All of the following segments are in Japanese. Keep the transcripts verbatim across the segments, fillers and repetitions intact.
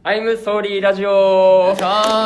アイムソーリーラジオ。 お願いします。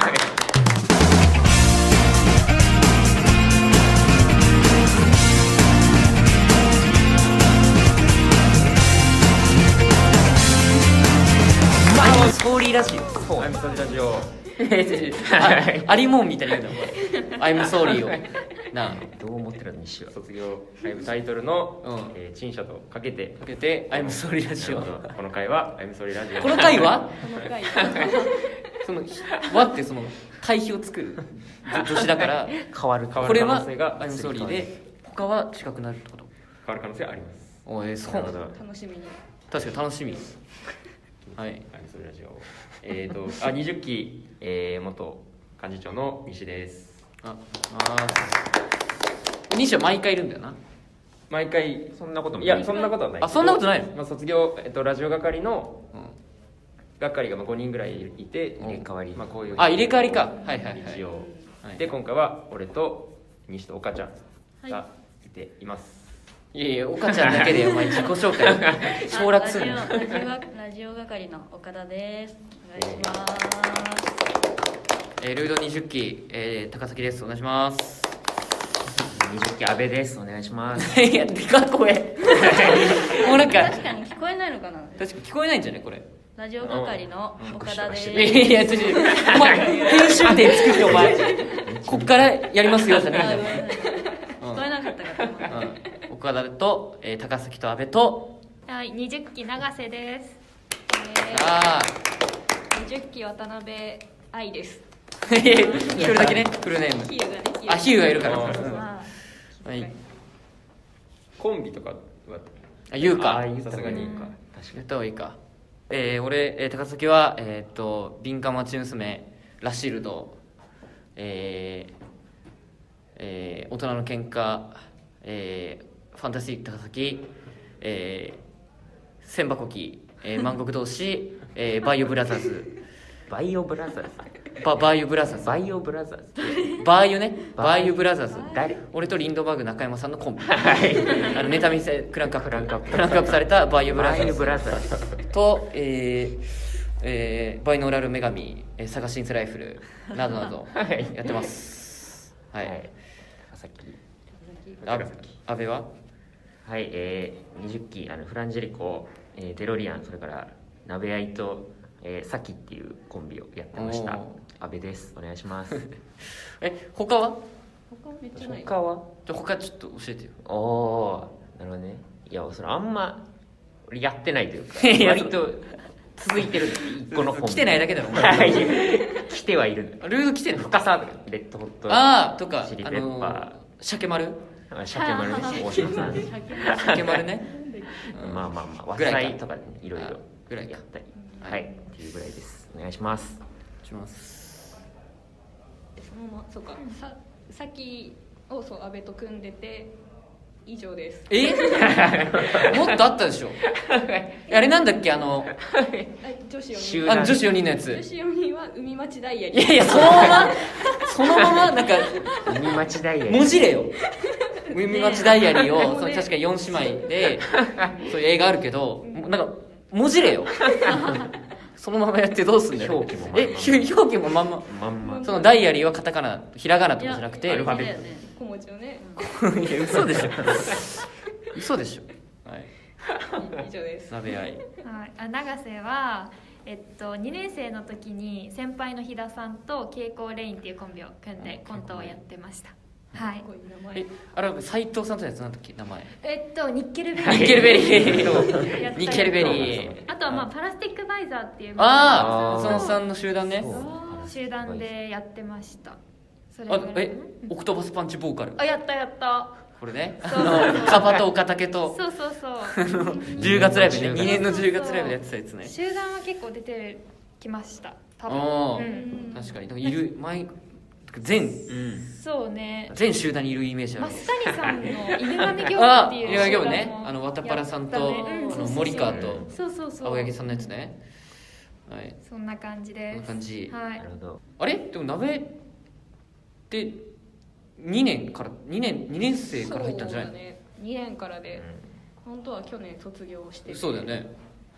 アイムストーリーラジオ。 アイムソーリーラジオ。 ありもんみたいに言うの。アイムソーリーを。なあ、 どう思ってるの西は。 卒業ライブタイトルの、 うんえー陳謝とかけてかけて、アイムストーリーラジオ。 この回はアイムソーリーラジオ。 この回はこの回その、和ってその、対比を作る助詞だから、 変わる変わこれはる可能性がアイムストーリーで、他は違くなるってこと。 変わる可能性があります。 おい、そうなんだ。 楽しみに。 確かに楽しみ。はい。 アイムソーリーラジオ。えーと、あ、にじゅっき、えー、元幹事長の西です。 あ、あー。西は毎回いるんだよな。 毎回、 そんなこともいや、そんなことはない。 あそんなことないのまあ、卒業、えっと、ラジオ係の、 うん。 係がまあごにんぐらいいて、 入れ替わりまあ、こういう。 あ、入れ替わりか。はいはいはい。 一応。 はいで、今回は、俺と西と岡ちゃんがいています。 いやいや、岡ちゃんだけでお前自己紹介省略するの。 ラジオラジオがラジオ係の岡田です。お願いします。 えー、ルードにじゅっき、えー、高崎です。お願いします。 にじゅっき安倍です。お願いします。 いや、でかっ声。もうなんか、 確かに聞こえないのかな。 確か聞こえないんじゃないこれ。 ラジオ係の岡田です。 いやいや、ちょちょお前、編集点作ってお前、こっからやりますよじゃないんだよ。 聞こえなかったから。 うん岡田と、えー、高崎と安倍と、 はい、にじゅっき永瀬です。 あにじゅっき渡辺愛です。 あ、いやいや一人だけね、フルネーム。 ヒューがね。 あ、ヒューがいるから。 あうんあはい。 コンビとかは、 あ、言うか。 あー言ったさすがに方がいいか。確か言った方がいいか。えー、俺、えー、高崎は、えー、っと、敏感町娘、ラシルド、えー、えー、大人の喧嘩、えー、ファンタスティック高崎、えー、千箱木、えー、万国同士、えー、バイオブラザーズ、 に。バイオブラザーズ。 ババイオブラザーズ、 バイオブラザーズ。 バーユね、バイオブラザーズ。 誰？ 俺とリンドバーグ中山さんのコンビ。あのネタ見せクランクアップ、クランクアップ、クランクアップされたバイオブラザーズバイオブラザーズ。 と、えーえー、バイノーラル女神、えー、サガシンスライフルなどなどはいやってます。はい。 はい。高崎。 あ安倍は？ はい、えー、にじゅっきあのフランジェリコ、えー、デロリアン、それから鍋合いと、えー、サキっていうコンビをやってましたお。 安倍です。お願いします。 え、他は？ 他めっちゃない。 他は？ じゃあ他ちょっと教えてよ。 おおー、なるほどね。いや、それあんま俺やってないというか、 いや割と続いてる一個のコンビ。 来てないだけだろお前はい来てはいるんだ。 ルード来てんの？ 深さレッドホット。 ああとかチリあペッパー。 のー、鮭丸あ鮭丸ね、大島さん。 鮭丸ね。うんまあまあまあ、和ぐらいか菜とかね、いろいろあぐらいかやったり。 はいはい、っていうぐらいです。お願いします。 します。 そのまま、そうか、さ、さっきをそう安倍と組んでて以上です。 えもっとあったでしょあれなんだっけあのえ女子よにん。 集団あの女子よにんのやつ女子よにんは海町ダイヤリー。 いやいやそのままそのままなんか海町ダイヤリー。 文字れよ海町ダイアリーをねその確かよん姉妹でそういう映画あるけどなんか文字れよそのままやってどうすんだよ表記もまんまえひ表記もまんままんま。 そのダイアリーはカタカナひらがなとかじゃなくていやアルファベッだよね。 小文字をね。 トいや嘘でしょ嘘でしょはい以上です。 鍋合いはい、あ永瀬は、えっと、にねん生の時に先輩の飛田さんと蛍光レインっていうコンビを組んでコントをやってました。はい。 こういう名前えあれ斎藤さんとのやつなんだっけ名前えっとニッケルベリニー。 ッケルベリやったりーニッケルベリーあとはまあパラスティックバイザーっていうあああーそのさんの集団ねそう集団でやってました。それあぐらいえオクトパスパンチボーカルあやったやった。 これねそうあのカバと岡竹とそうそうそう。 じゅうがつライブねそうにねんのじゅうがつライブでやってたやつね集団は結構出てきました。多分。 ああうん確かになんかいる前全うん。 そうね。 全集団にいるイメージある増谷さんの犬神業あっていう犬神業集団もねあのワタパラさんとやったねうんあのそうそうそう森川とそうそうそう。 青柳さんのやつねはいそんな感じこんです。 な感じはいなる。ほど。 あれでも鍋ってにねんからにねんにねん生から入ったんじゃないのそうだね。にねんからで、本当は去年卒業しててそうだよね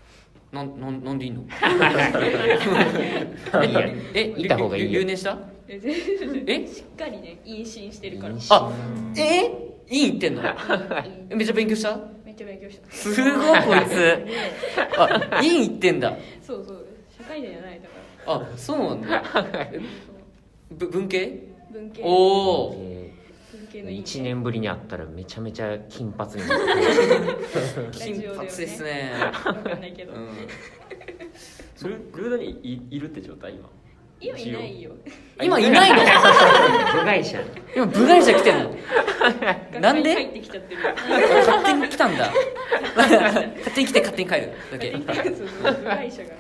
なんなんなんでいいのいいやえいた方がいいよ留年したえ全然えしっかりね妊娠してるからあえいい行ってんのえめっちゃ勉強しためっちゃ勉強したすごいこいつあいい行ってんだそうそう社会人じゃないだかあそうなんだえぶ文系ら文系おおえ文系のー、いちねんぶりに会ったらめちゃめちゃ金髪になって金髪ですねわかんないけど、 うんルルードにいいるって状態今今いないよ今いないの部外者今部外者来てんのなんで学会に入ってきちゃってる勝手に来たんだ勝手に来て勝手に帰るだけそうそうそう部外者が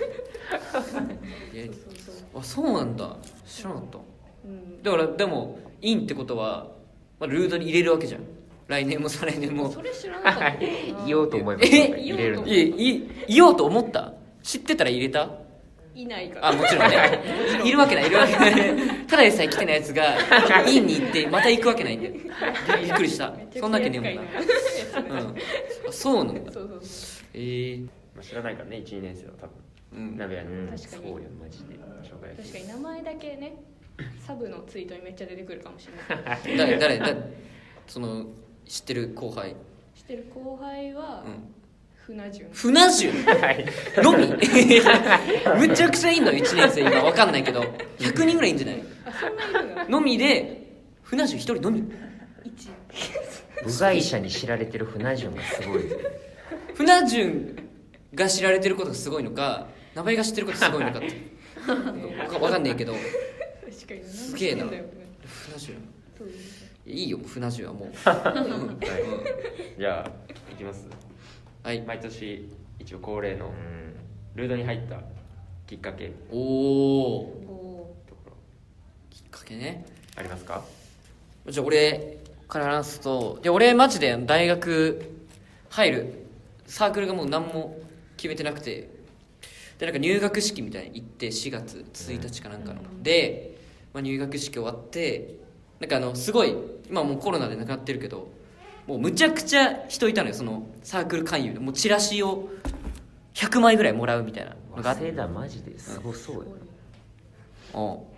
えそうそうそうあそうなんだ知らなかったうんだからでもインってことは、まあ、ルードに入れるわけじゃん来年も再来年もそれ知らなかった言おうと思えばえ入れるのいえい言おうと思った知ってたら入れたいないからあもちろんねいるわけないいるわけないただでさえ来てないやつがインに行ってまた行くわけないんだよびっくりしたそんなわけねえもんなうんあそうなんだそうそうえー、 まあ知らないからねいち、にねん生は多分うん鍋屋にうん確かにそうよマジで紹介確かに名前だけねサブのツイートにめっちゃ出てくるかもしれない誰誰誰その知ってる後輩知ってる後輩はうん船順船順のみむちゃくちゃいいのいちねん生今わかんないけどひゃくにんぐらいいいんじゃないあそんないるののみで船順一人のみ一部外者に知られてる船順がすごい船順が知られてることがすごいのか名前が知ってることがすごいのかってわかわかんないけど確かにすげえななんで知ってんだよね船順そうですねいいよ船順はもうじゃあいきますはい毎年一応恒例のうんルードに入ったきっかけおおおところきっかけねありますか？ じゃあ俺から話すとで俺マジで大学入るサークルがもう何も決めてなくてでなんか入学式みたいに行ってしがつついたちかなんかの、 うんで、まあ、入学式終わってなんかあのすごい今もうコロナでなくなってるけどもうむちゃくちゃ人いたのよそのサークル勧誘でもうチラシをひゃくまいぐらいもらうみたいなのがあって早稲田マジですごそうよおう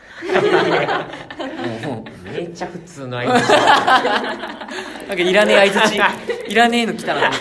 もうめっちゃ普通の相手なんかいらねえ相づちいらねえの来たな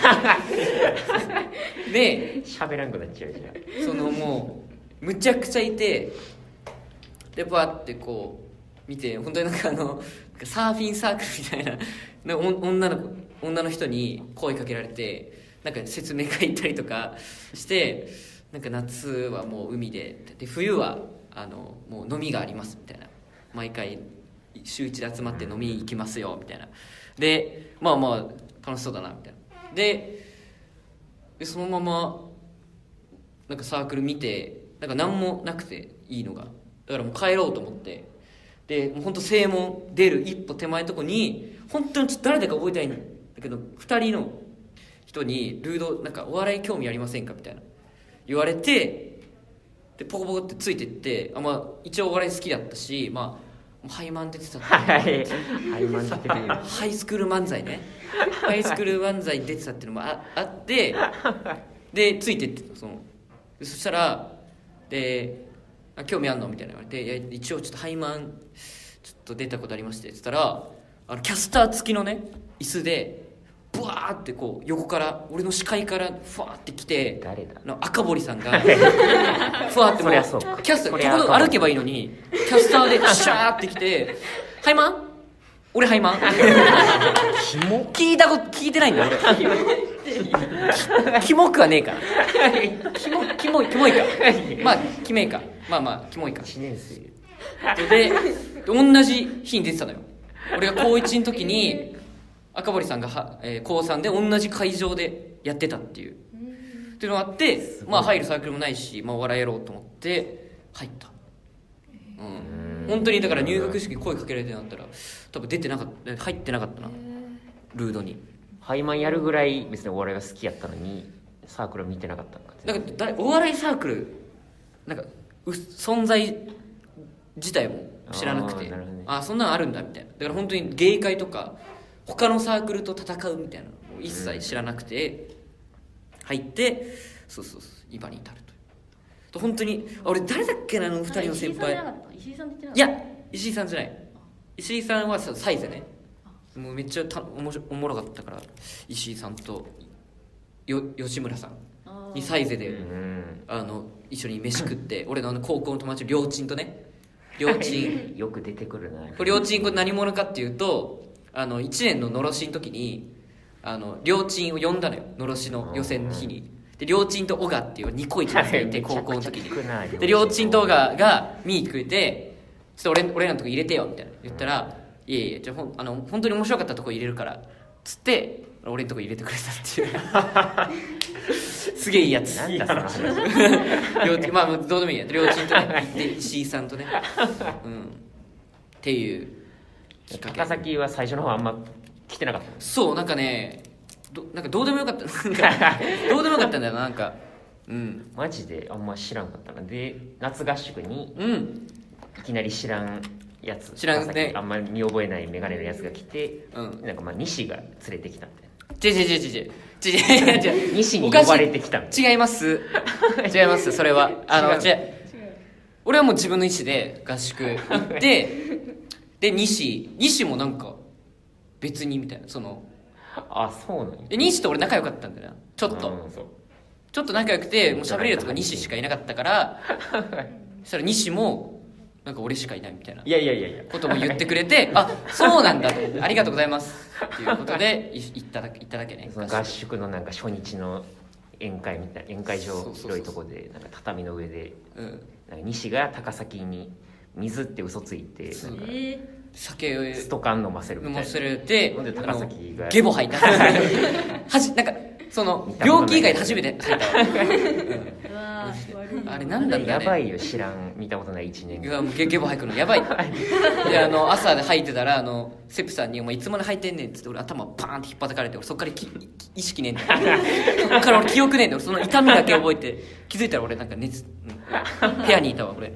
で喋らんくなっちゃうじゃんそのもうむちゃくちゃいてでバーってこう見て本当になんかあのなんかサーフィンサークルみたいななんかお女の子女の人に声かけられてなんか説明会行ったりとかしてなんか夏はもう海でで冬はあのもう飲みがありますみたいな毎回週一で集まって飲みに行きますよみたいなでまあまあ楽しそうだなみたいなででそのままなんかサークル見てなんか何もなくていいのがだからもう帰ろうと思ってでもう本当正門出る一歩手前のとこに本当にちょっと誰だか覚えたいんだけどふたりの人にルードなんかお笑い興味ありませんかみたいな言われてでポコポコってついてってあ、まあ、一応お笑い好きだったしまあハイマン出てたってはいはいマン出てるよハイスクール漫才ねハイスクール漫才出てたっていうのも あ, あってでついてってそのでそしたらであ興味あんのみたいな言われていや一応ちょっとハイマンちょっと出たことありましてって言ったらあのキャスター付きのね椅子でブワーってこう横から俺の視界からフワーって来て誰だあの赤堀さんがふわってもそりゃそうかキャスターそりゃところ歩けばいいのにキャスターでシャーって来て「ハイマン俺ハイマン」 キモ聞いたこと聞いてないんだよ俺キキモくはねえからキモキモいキモいかまあキメいかまあまあキモいかいちねん生で同じ日に出てたのよ俺が高いちの時に赤堀さんがは、えー、高さんで同じ会場でやってたっていうっていうのがあってまあ入るサークルもないし、まあ、お笑いやろうと思って入ったうん本当にだから入学式声かけられてなかったら多分出てなかった入ってなかったなルードにハイマンやるぐらい別にお笑いが好きやったのにサークル見てなかったのかなんか誰お笑いサークルなんかう存在自体も知らなくてあーなるほどねあそんなのあるんだみたいなだから本当に芸会とか他のサークルと戦うみたいなのを一切知らなくて入ってそうそうそう今に至ると本当に俺誰だっけなあのふたりの先輩石井さんじゃなかった石井さんって言ってなかったいや石井さんじゃない石井さんはさサイゼねもうめっちゃたおもしおもろかったから石井さんとよ吉村さんにサイゼで、 うん、 あの一緒に飯食って俺のあの高校の友達りょーちんとねりょーちんよく出てくるなこれりょーちんこれ何者かっていうとあのいちねんののろしの時にあのりょーちんを呼んだのよのろしの予選の日にでりょーちんとオガっていうニコイチのやつがいて高校の時にでりょーちんとオガが見に来れてちょっと俺俺らのとこ入れてよみたいな言ったら、うん、いやいやじゃあほんあの本当に面白かったとこ入れるからつって俺のとこ入れてくれたっていうすげえいいやつなんだその話両親まあどうでもいいや両親とね行って石井さんとね、うん、っていうきっかけ高崎は最初の方あんま来てなかったそうなんかねどなんかどうでもよかったなんかどうでもよかったんだよななんかうんマジであんま知らんかったなで夏合宿にうんいきなり知らんやつ知らんねあんまり見覚えない眼鏡のやつが来て、 うん、 なんかまあ西が連れてきたみたいな違う違う違う違う違う違う西に呼ばれてきたみたいな違います違いますそれはあの違う俺はもう自分の意思で合宿行ってで西西もなんか別にみたいなそのあそうなので西と俺仲良かったんだよなちょっと、 うん、そうちょっと仲良くてもう喋れるやつが西しかいなかったからそしたら西もなんか俺しかいないみたいないやいやいやいやことも言ってくれてあそうなんだと思ってありがとうございますっていうことでい行っただけ行っただけねその合宿のなんか初日の宴会みたいな宴会場広いとこでなんか畳の上で、うん、なんか西が高崎に水って嘘ついてなんか酒をストカン飲ませるみたいな飲ませるでほんで高崎がゲボ吐いたはじなんかその病気以外で初めて吐いたわ、うん、あれなんだろうねやばいよ知らん見たことないいちねんゲゲボ吐くのやばいであの朝で吐いてたらあのセプさんに「お前いつまで吐いてんねん」っつって俺頭パーンって引っ叩かれて俺そっからき意識ねえんだよそっから俺記憶ねえんだよその痛みだけ覚えて気づいたら俺なんか熱、うん、部屋にいたわ俺、うん、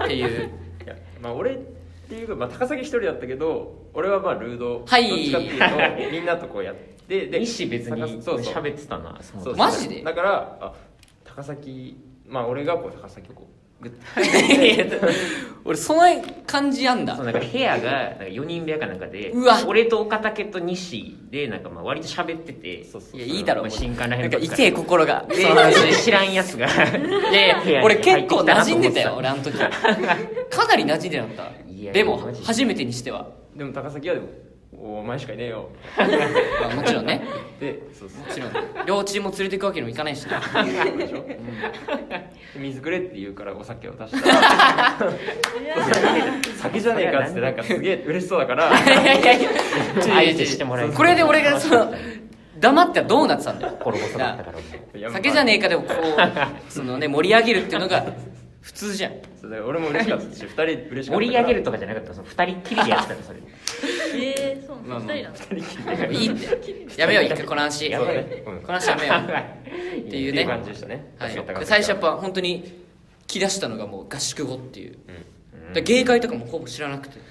っていういやまあ俺っていうか、まあ、高崎一人だったけど俺はまあルード、 はい、 どっちかっていうとみんなとこうやってで西別にそうそう喋ってたなそうそうマジでだからあ高崎まあ俺がこう高崎をこうグッ俺その感じやんだそうなんか部屋がなんかよにん部屋かなんかでうわ俺と岡武と西でなんかまあ割と喋っててそうそうそういやいいだろまあ、新刊らへんなんか痛え心がでその話知らんやつがいやいや俺結構馴染んでたよ俺あの時かなり馴染んでなかったいやでも初めてにしてはでも高崎はでもお前しかいねえよまあもちろんねでそうそうもちろん両チームを連れていくわけにもいかないしねでしょ、うん、水くれって言うからお酒を出したら酒じゃねえかっつってなんかすげえ嬉しそうだからいやいやいや相手してもらえるこれで俺がその黙ってはどうなってたんだよコロボソだったから酒じゃねえかでもこうそのね盛り上げるっていうのが普通じゃんそれ俺も嬉しかったしふたり嬉しかった盛り上げるとかじゃなかったそのふたりっきりでやってたのそれえー、そうまあまあ二人なのいいってやめよう一回この話やばいこの話やめようっていうねっていう感じでしたね、 はい、 高崎は最初やっぱ本当に来だしたのがもう合宿後っていう、 うん、 で芸会とかもほぼ知らなくて、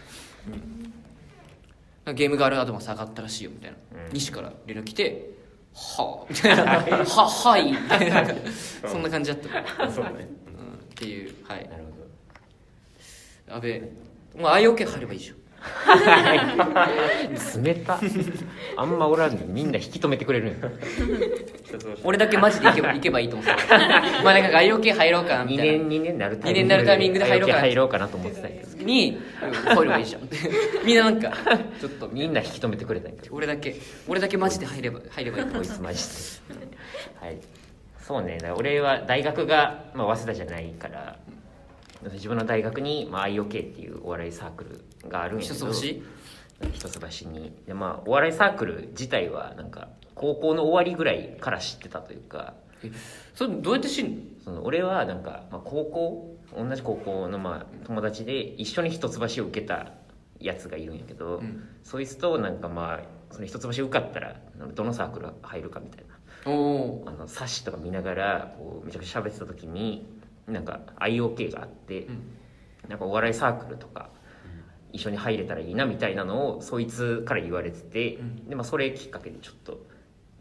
うん、ゲームガールアドバンス上がったらしいよみたいな、うん、西から連絡来てはあみたいなははいみたいなそんな感じだったそうだね、 うん、っていうはいなるほど阿部もう アイオーケー 入ればいいじゃん冷たあんまおらんのにみんな引き止めてくれるんや俺だけマジで行けば行けばいいと思ってたまあなんか アイオーケー 入ろうかなみたいなにねんにねんなるタイミングでにねんなるタイミングで入ろうかな入ろうかなと思ってたけどに入ればいいじゃんみんななんかちょっとみんな引き止めてくれたんやけど俺だけ俺だけマジで入れば入ればいいこいつマジではいそうねだから俺は大学が、まあ、早稲田じゃないから自分の大学に、まあ、アイオーケー っていうお笑いサークルがあるんやけど一橋一橋にで、まあ、お笑いサークル自体はなんか高校の終わりぐらいから知ってたというかえそれどうやって知んのその俺はなんか、まあ、高校同じ高校のまあ友達で一緒に一橋を受けたやつがいるんやけど、うん、そいつとなんかまあその一橋受かったらどのサークル入るかみたいなおあの冊子とか見ながらこうめちゃくちゃ喋ってた時になんか アイオーケー があって、うん、なんかお笑いサークルとか一緒に入れたらいいなみたいなのをそいつから言われてて、うん、でまあ、それきっかけでちょっと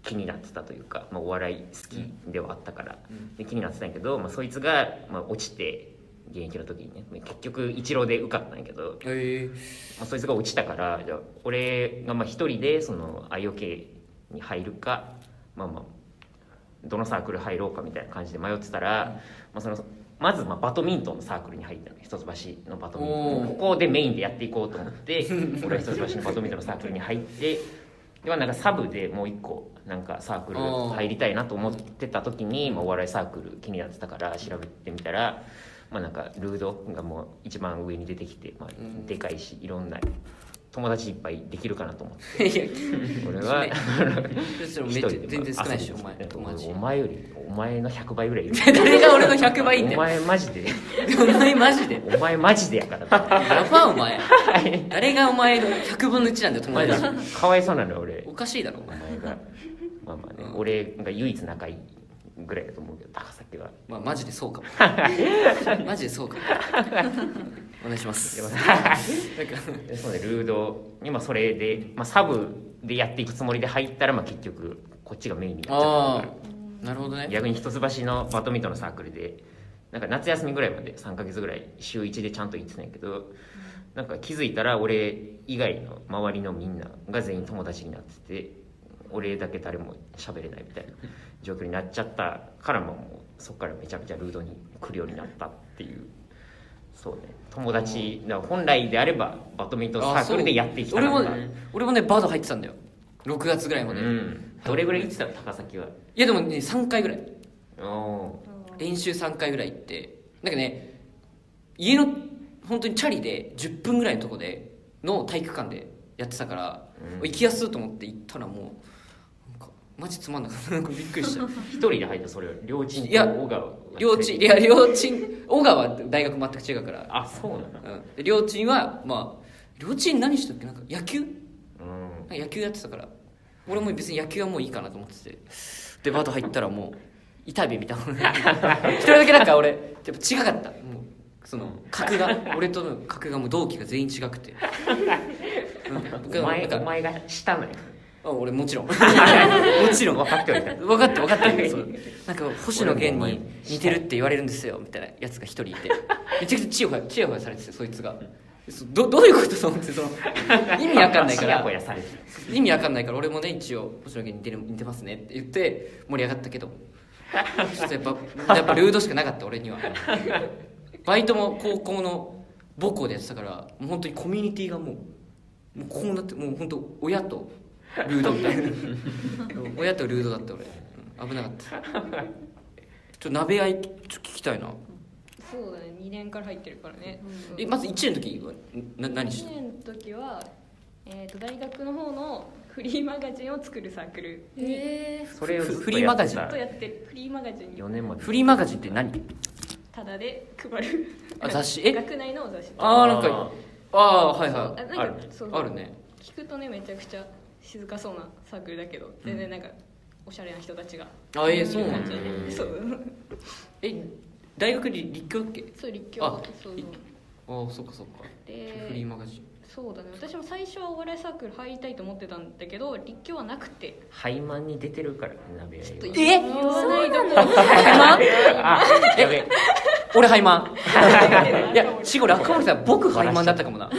気になってたというか、まあ、お笑い好きではあったから、で気になってたんやけど、まあ、そいつが、まあ、落ちて現役の時にね結局一浪で受かったんやけど、 えまあ、そいつが落ちたからじゃあ俺がまあ一人でその アイオーケー に入るか、まあまあどのサークル入ろうかみたいな感じで迷ってたら、まあ、そのまずまあバドミントンのサークルに入ったの、一橋のバドミントン、ここでメインでやっていこうと思って俺は一橋のバドミントンのサークルに入って、ではなんかサブでもう一個なんかサークル入りたいなと思ってた時に、まあ、お笑いサークル気になってたから調べてみたら、まあ、なんかルードがもう一番上に出てきて、まあ、でかいしいろんな友達いっぱいできるかなと思っていや俺はめっちゃ全然少ないでしょお前友達お前よりお前のひゃくばいぐらいいる誰が俺のひゃくばいいんだよお前マジでお前マジでお前マジでやからやばお前誰がお前のひゃくぶんのいちなんだよ友達かわいそうなの俺おかしいだろお前がまあまあね、俺が唯一仲いいぐらいだと思うけど高崎はまあマジでそうかもマジでそうかもお願いしますなんかそうねルードにまあそれで、まあ、サブでやっていくつもりで入ったら、まあ、結局こっちがメインになっちゃったあからあなるほどね逆に一橋のバドミントンのサークルでなんか夏休みぐらいまでさんかげつぐらい週いちでちゃんと行ってたんやけど、なんか気づいたら俺以外の周りのみんなが全員友達になってて俺だけ誰も喋れないみたいな状況になっちゃったから、もうそっからめちゃめちゃルードに来るようになったっていう。そうね、友達だから本来であればバドミントンサークルでやっていきたかった。 俺も俺もねバド入ってたんだよろくがつぐらいまで、 うん、どれぐらい行ってたの高崎は。 いやでもねさんかいぐらいお練習さんかいぐらい行って、なんかね家の本当にチャリでじゅっぷんぐらいのとこでの体育館でやってたから、うん、行きやすいと思って行ったらもうなんかマジつまんなかったなんかびっくりした一人で入ったそれは両チンと小川両チンいや両チン小川は大学全く違うから、 あそうなの、 うん、で両チンはまあ両チン何したっけなんか野球、うん、 なんか野球やってたから俺も別に野球はもういいかなと思ってて、でバート入ったらもう痛みみたいな一人だけなんか俺やっぱ違かった、もうその格が俺との格がもう同期が全員違くてお前お前がしたのよ。 あ俺もちろんもちろん分かってはいた分かって分かってそうなんか星野源に似てるって言われるんですよみたいなやつが一人いてめちゃくちゃチヤホヤチヤホヤされててそいつがど, どういうことと思ってその意味わかんないから意味わかんないから俺もね一応星野源に似てる似てますねって言って盛り上がったけどちょっとやっぱやっぱルードしかなかった俺にはバイトも高校の母校でやってたからもう本当にコミュニティがもうもうこうなってもう本当親とルードみたいな親とルードだった俺、うん、危なかったちょっと鍋合いちょっと聞きたいな。 そうだねにねんから入ってるからね、 うん、えまずいちねんの時はな何してたいちねんの時は、えー、と大学の方のフリーマガジンを作るサークルにえそれをずっとフリーマガジンずっとやってる。フリーマガジンよねんまでフリーマガジンって何タダで配るあ雑誌え学内の雑誌ああなんかああはいはそうあなんかあるそういあるね聞くとねめちゃくちゃ静かそうなサークルだけど全然なんかおしゃれな人たちがあえー、そうなんだねそうえ大学に立教だっけそう立教あそういああそっかそっかでフリーマガジンそうだね私も最初はお笑いサークル入りたいと思ってたんだけど立教はなくてハイマンに出てるから鍋屋はちょっとえ言わないとこハイマンあやべえ俺ハイマンいやしご俺赤森さん僕ハイマンだったかもな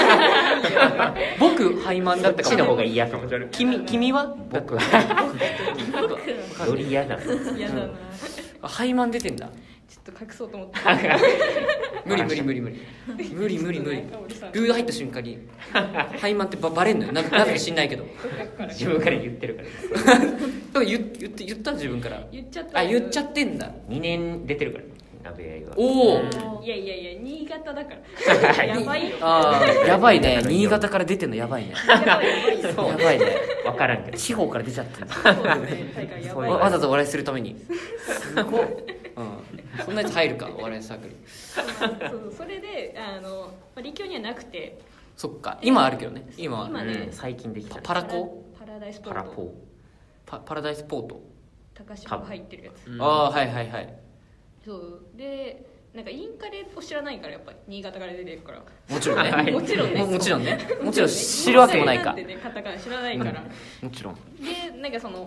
僕ハイマンだったかもこっちの方が嫌かも。 君君は僕はより嫌だな。 嫌だなあハイマン出てんだちょっと隠そうと思って無理無理無理無理無理無理無理俺さルード入った瞬間にハイマンってババレんのよななぜか知んないけど自分から言ってるから。 だから言言って言った自分から言っちゃったあ言っちゃってんだにねん出てるから鍋屋は。 おおいやいやいや新潟だからやばいよあーやばいね新潟から出てんのやばいねやばいやばいよやばいね分からんけど。 地方から出ちゃってんだそうだね大会やばいわわざわざお笑いするためにすごっ、うん、そんなやつ入るかお笑いサークルそうそれであの、まあ、立教にはなくてそっか今あるけどね今は今ねうん最近できた。 パラコパラダイスポートパラポー。 パパラダイスポート、 高島が入ってるやつ、 ああはいはいはいそうでなんかインカレを知らないからやっぱり新潟から出てるからもちろんねもちろんねももちろんねもちろん知るわけもないかなんてねカタカナ知らないから、 もちろんでなんかその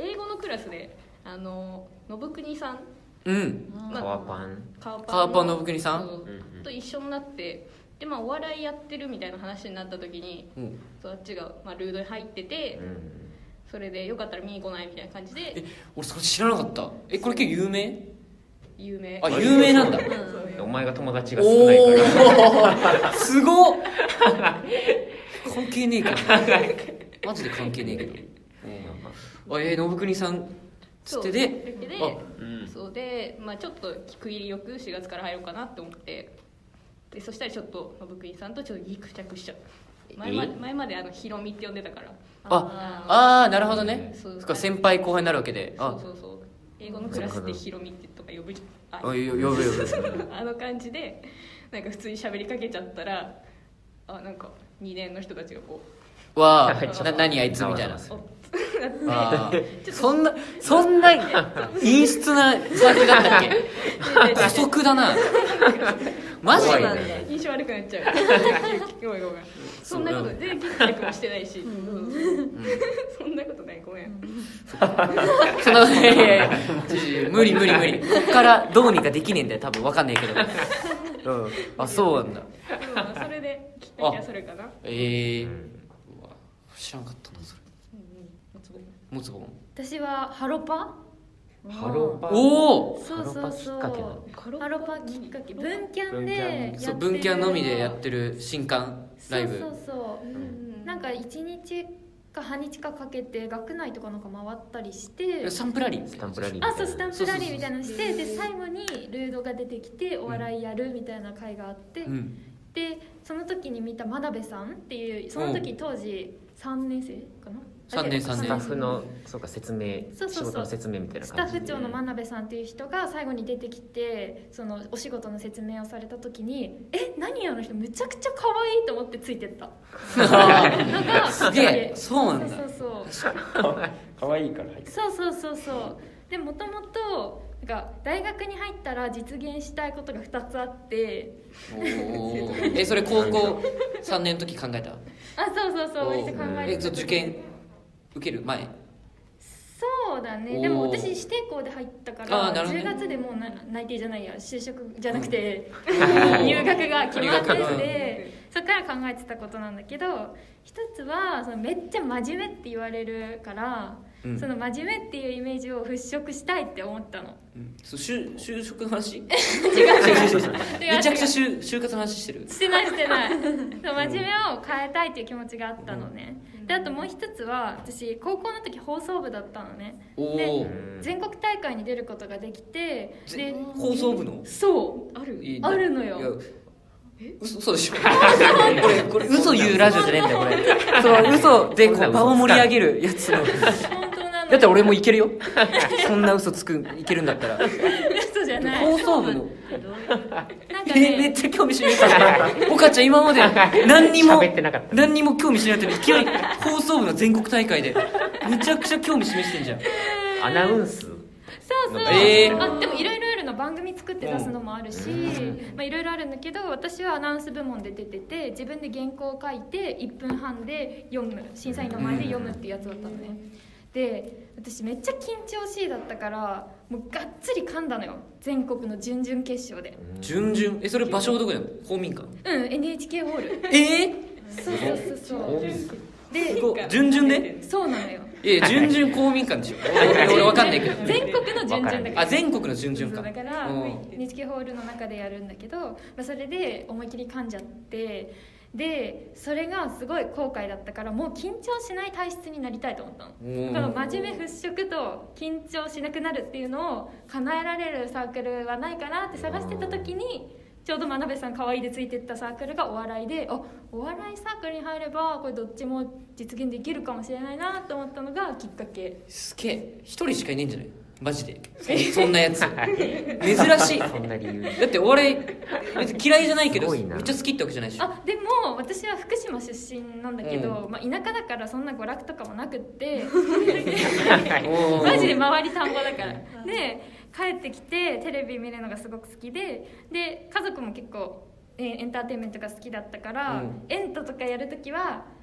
英語のクラスであの信国さん、 うんまあ川パン川パン川パン信国さんそうと一緒になってで、まあ、お笑いやってるみたいな話になった時に、 うんそうあっちが、まあ、ルードに入ってて、 うんそれでよかったら見に来ないみたいな感じでえ俺それ知らなかった。えこれ結構有名？ 有名。 あ有名なんだ。 お前が友達が少ないからおおすごっ関係ねえけどマジで関係ねえけど、あえー、信国さんつってででであうんそうで、まあ、ちょっと区切りよくしがつから入ろうかなって思ってでそしたらちょっと信国さんとちょっとギクシャクしちゃう前まで前まであのヒロミって呼んでたからああーなるほどね。 そうそっか先輩後輩になるわけで、あそうそうそう英語のクラスでヒロミってとか呼ぶじゃんあよ呼ぶ呼ぶあの感じでなんか普通に喋りかけちゃったらあなんかにねんの人たちがこうわあな何あいつみたいな。 おあーそんなそんな陰湿なサークルだったっけ？加速だなマジ怖いなんねで印象悪くなっちゃうごめんごめんそんなことでギクシャクもしてないし、そんなことないごめんそのいやいやいや無理無理無理こっからどうにかできねえんだよ多分わかんないけど、うん、あそうなんだ。 でもそれできっかけはそれかなえー、うわ知らんかったなそれ。もつぼん私はハロパハロパンおおそうそうそうハロパきっかけなのハロパきっかけ文キャンでやってるそう文キャンのみでやってる新刊ライブ。 そうそうそうなんかいちにちか半日かかけて学内とかなんか回ったりしてサンプラリースタンプラリーみたいなあそうスタンプラリーみたいなのしてで最後にルードが出てきてお笑いやるみたいな回があって、 うんでその時に見た真鍋さんっていうその時当時さんねん生かなさんねんさんねんスタッフのそうか説明そうそうそう仕事の説明みたいなスタッ感じフ長の真鍋さんっていう人が最後に出てきてそのお仕事の説明をされた時にえ何あの人むちゃくちゃ可愛いと思ってついてったのがすげえそうなんだ。 そうそうそう可愛いから入ってそうそうそうそうでもともとなんか大学に入ったら実現したいことがふたつあっておーえそれ高校さんねんの時考えた？ あそうそうそう割と考ええてたそう受験受ける前？ そうだねおーでも私指定校で入ったからあーなるほどねじゅうがつでもうな内定じゃないや就職じゃなくて、入学が決まって入学てそっから考えてたことなんだけど一つはそのめっちゃ真面目って言われるから、 うんその真面目っていうイメージを払拭したいって思ったのうんそう就就職の話？ 違うめちゃくちゃ就就活の話してる。 してないしてないそう真面目を変えたいっていう気持ちがあったのね、であともう一つは私高校の時放送部だったのねでおお全国大会に出ることができてで放送部のそうあるいいあるのよいや嘘嘘でしょこれこれ嘘言うラジオじゃねえんだよこれそう嘘でこう場を盛り上げるやつの本当なのだって俺もいけるよそんな嘘つくいけるんだったら嘘じゃない放送部のなんかえめっねちゃ興味示した岡ちゃん今まで何にも喋ってなかった何にも興味しないのにいきなり放送部の全国大会でめちゃくちゃ興味示してんじゃんアナウンスそうそう、 えーあでもいろいろあるの番組作って出すのもあるしまあいろいろあるんだけど私はアナウンス部門で出てて自分で原稿を書いていっぷんはんで読む審査員の前で読むっていうやつだったのねで私めっちゃ緊張しいだったからもうがっつり噛んだのよ全国の準々決勝で準々えそれ場所はどこなの公民館うん エヌエイチケー ホールええそうそうそうそうで準々でそうなのよいや準々公民館でしょ俺俺わかんないけど全国の準々だからあ全国の準々 そうかだからうんエヌエイチケー ホールの中でやるんだけど、まあ、それで思いっきり噛んじゃってでそれがすごい後悔だったからもう緊張しない体質になりたいと思ったのうんだから真面目払拭と緊張しなくなるっていうのを叶えられるサークルはないかなって探してた時にちょうど真鍋さん可愛いでついてったサークルがお笑いであお笑いサークルに入ればこれどっちも実現できるかもしれないなと思ったのがきっかけすげえ一人しかいないんじゃないマジでそそんなやつ珍しいそんな理由だってお笑い別に嫌いじゃないけどすごいなめっちゃ好きってわけじゃないでしょあでも私は福島出身なんだけど、 うまあ、田舎だからそんな娯楽とかもなくっておーマジで周り田んぼだからで帰ってきてテレビ見るのがすごく好きでで家族も結構えーエンターテインメントが好きだったから、 うんエンタとかやるときは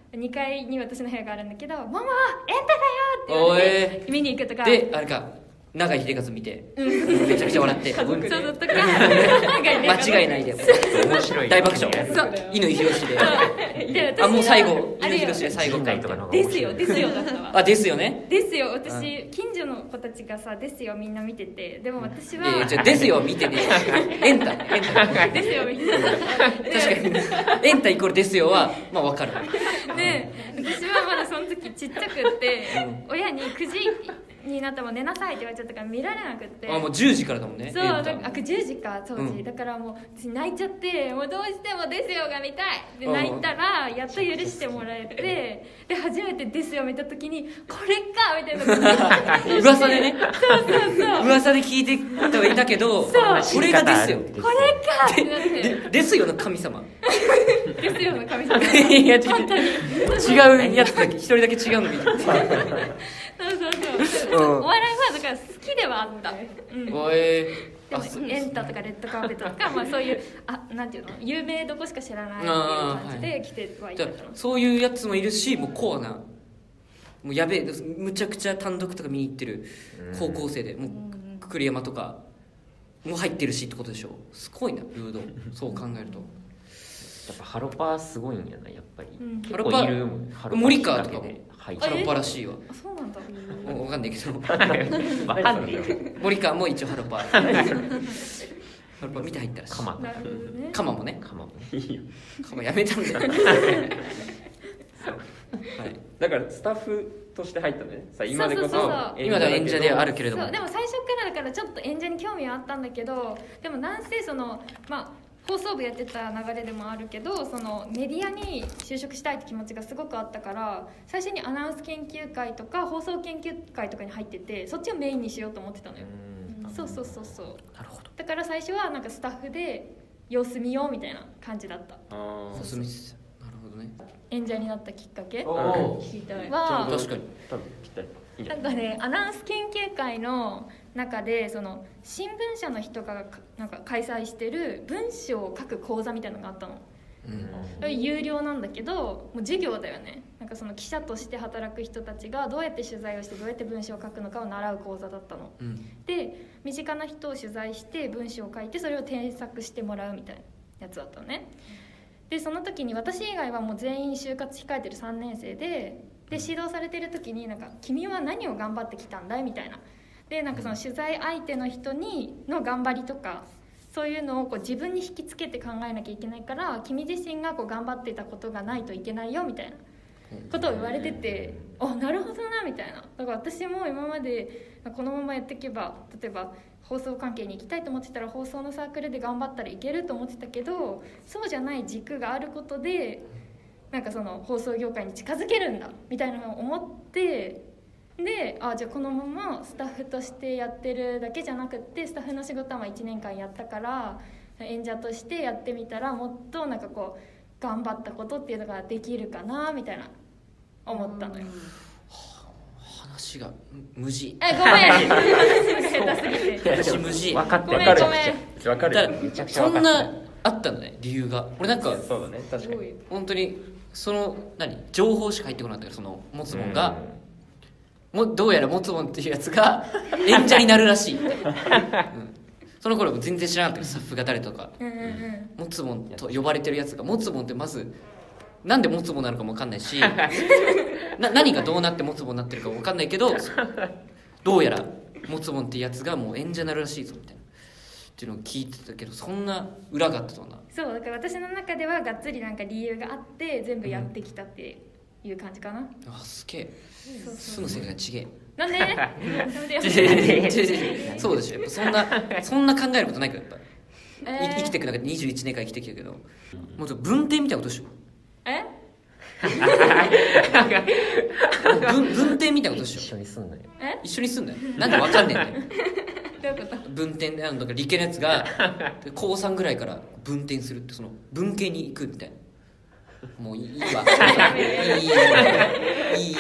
にかいに私の部屋があるんだけど「ママエンタだよ!」って言って見に行くとかであれか永井秀和見てめちゃくちゃ笑ってそうそうとか間違いないで面白い大爆笑そう乾博士でであもう最後あれよ乾博士で最後かとかの方がで面白いすよですよだったわあですよねですよ私近所の子たちがさですよみんな見ててでも私はいやいやじゃあですよ見てねエンタエンタですよみんな確かにエンタイコールですよはまあ分かるで私はまだその時ちっちゃくって親にくじになったら寝なさいって言われちゃったから見られなくってあもうじゅうじからだもんねそうエンタだあじゅうじか当時、 うんだからもう私泣いちゃってもうどうしてもですよが見たいで泣いたらやっと許してもらえてで初めてですよ見た時にこれかみたいな噂でねそうそうそう噂で聞いてたはいたけどそうこれがですよこれかってなってでですよの神様ですよの神様いや違う本当に違うやつだけ一人だけ違うの見てそうそうそう、 うんお笑いはだから好きではあった、うん、 おえでもあそうエンタとかレッドカーペットとか、まあ、そういうあなんていうの有名どこしか知らないっていう感じで来てはいたから、 じゃあそういうやつもいるしもうコアなもうやべえむちゃくちゃ単独とか見に行ってる高校生でもう栗山とかも入ってるしってことでしょすごいなルードそう考えるとやっぱハロパーすごいんやなやっぱり、 うん結構いるもんハロパー森川とかもはいハロパらしいわあそうなんだ分かんないけどわかんねえよ森川も一応ハロパーハロパー見て入ったらしいカマなるほどねカマもねカマもねいいよカマやめたんだよはいだからスタッフとして入ったのねさ今でこそそうそうそう今では演者ではあるけれどもそうでも最初からだからちょっと演者に興味はあったんだけどでもなんせそのまあ放送部やってた流れでもあるけどそのメディアに就職したいって気持ちがすごくあったから最初にアナウンス研究会とか放送研究会とかに入っててそっちをメインにしようと思ってたのよそうそうそうそうなるほどだから最初はなんかスタッフで様子見ようみたいな感じだったあおすすめですなるほどね演者になったきっかけおお聞きたいは確かに多分ぴったりいいじゃなんんかねアナウンス研究会の中でその新聞社の人がかなんか開催してる文章を書く講座みたいなのがあったのうん有料なんだけどもう授業だよねなんかその記者として働く人たちがどうやって取材をしてどうやって文章を書くのかを習う講座だったのうんで身近な人を取材して文章を書いてそれを添削してもらうみたいなやつだったのねでその時に私以外はもう全員就活控えてるさんねん生でで指導されてる時になんか君は何を頑張ってきたんだいみたいなでなんかその取材相手の人にの頑張りとかそういうのをこう自分に引きつけて考えなきゃいけないから君自身がこう頑張っていたことがないといけないよみたいなことを言われててあなるほどなみたいなだから私も今までこのままやっていけば例えば放送関係に行きたいと思ってたら放送のサークルで頑張ったらいけると思ってたけどそうじゃない軸があることでなんかその放送業界に近づけるんだみたいなのを思ってであじゃあこのままスタッフとしてやってるだけじゃなくってスタッフの仕事はいちねんかんやったから演者としてやってみたらもっとなんかこう頑張ったことっていうのができるかなみたいな思ったのよ話が無事えごめん話が下手すぎて話無事分かってるごめんごめんわかるだかめちゃくちらそんゃ分かってるなあったんだね理由が俺なんかそうだね確かに本当にその何情報しか入ってこなかったからその持つもんがもどうやら持つもんっていうやつが演者になるらしい、うん、その頃も全然知らなかったけどスタッフが誰とかうんうんうん持つもんと呼ばれてるやつが持つもんってまずなんで持つもんなのかも分かんないしな何がどうなって持つもんになってるかも分かんないけどどうやら持つもんってやつがもう演者になるらしいぞみたいなっていうのを聞いてたけどそんな裏があったとはなそうだから私の中ではがっつりなんか理由があって全部やってきたっていう感じかな、 あすげえそう住む世界がちげえなんでやめてよそうでしょやっぱそんなそんな考えることないからやっぱ、 えーい生きてく中でにじゅういちねんかん生きてきたけどもう文典みたいなことでしょえ文文典みたいなことで一しょ緒にすんのよえ一緒にすんなよなんでわかんねえんだよどういうこと文典であのだから理系のやつが高さんぐらいから文典するってその文系に行くみたいなもういいいいわいいいいいいいい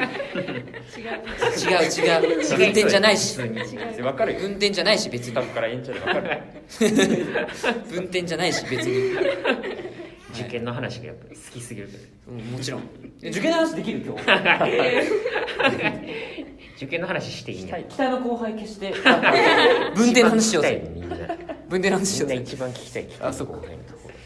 違う違う文典じゃないしわかるよ文典じゃないし別にスタッフから演者でわかる文典じゃないし別に受験の話がやっぱり好きすぎるから、 うん、もちろんえ受験の話できる今日受験の話していいね。 北の後輩消して文典の話しようぜ。 みんな文典の話しようぜ。 みんな一番聞きたいあそこ後輩のところ。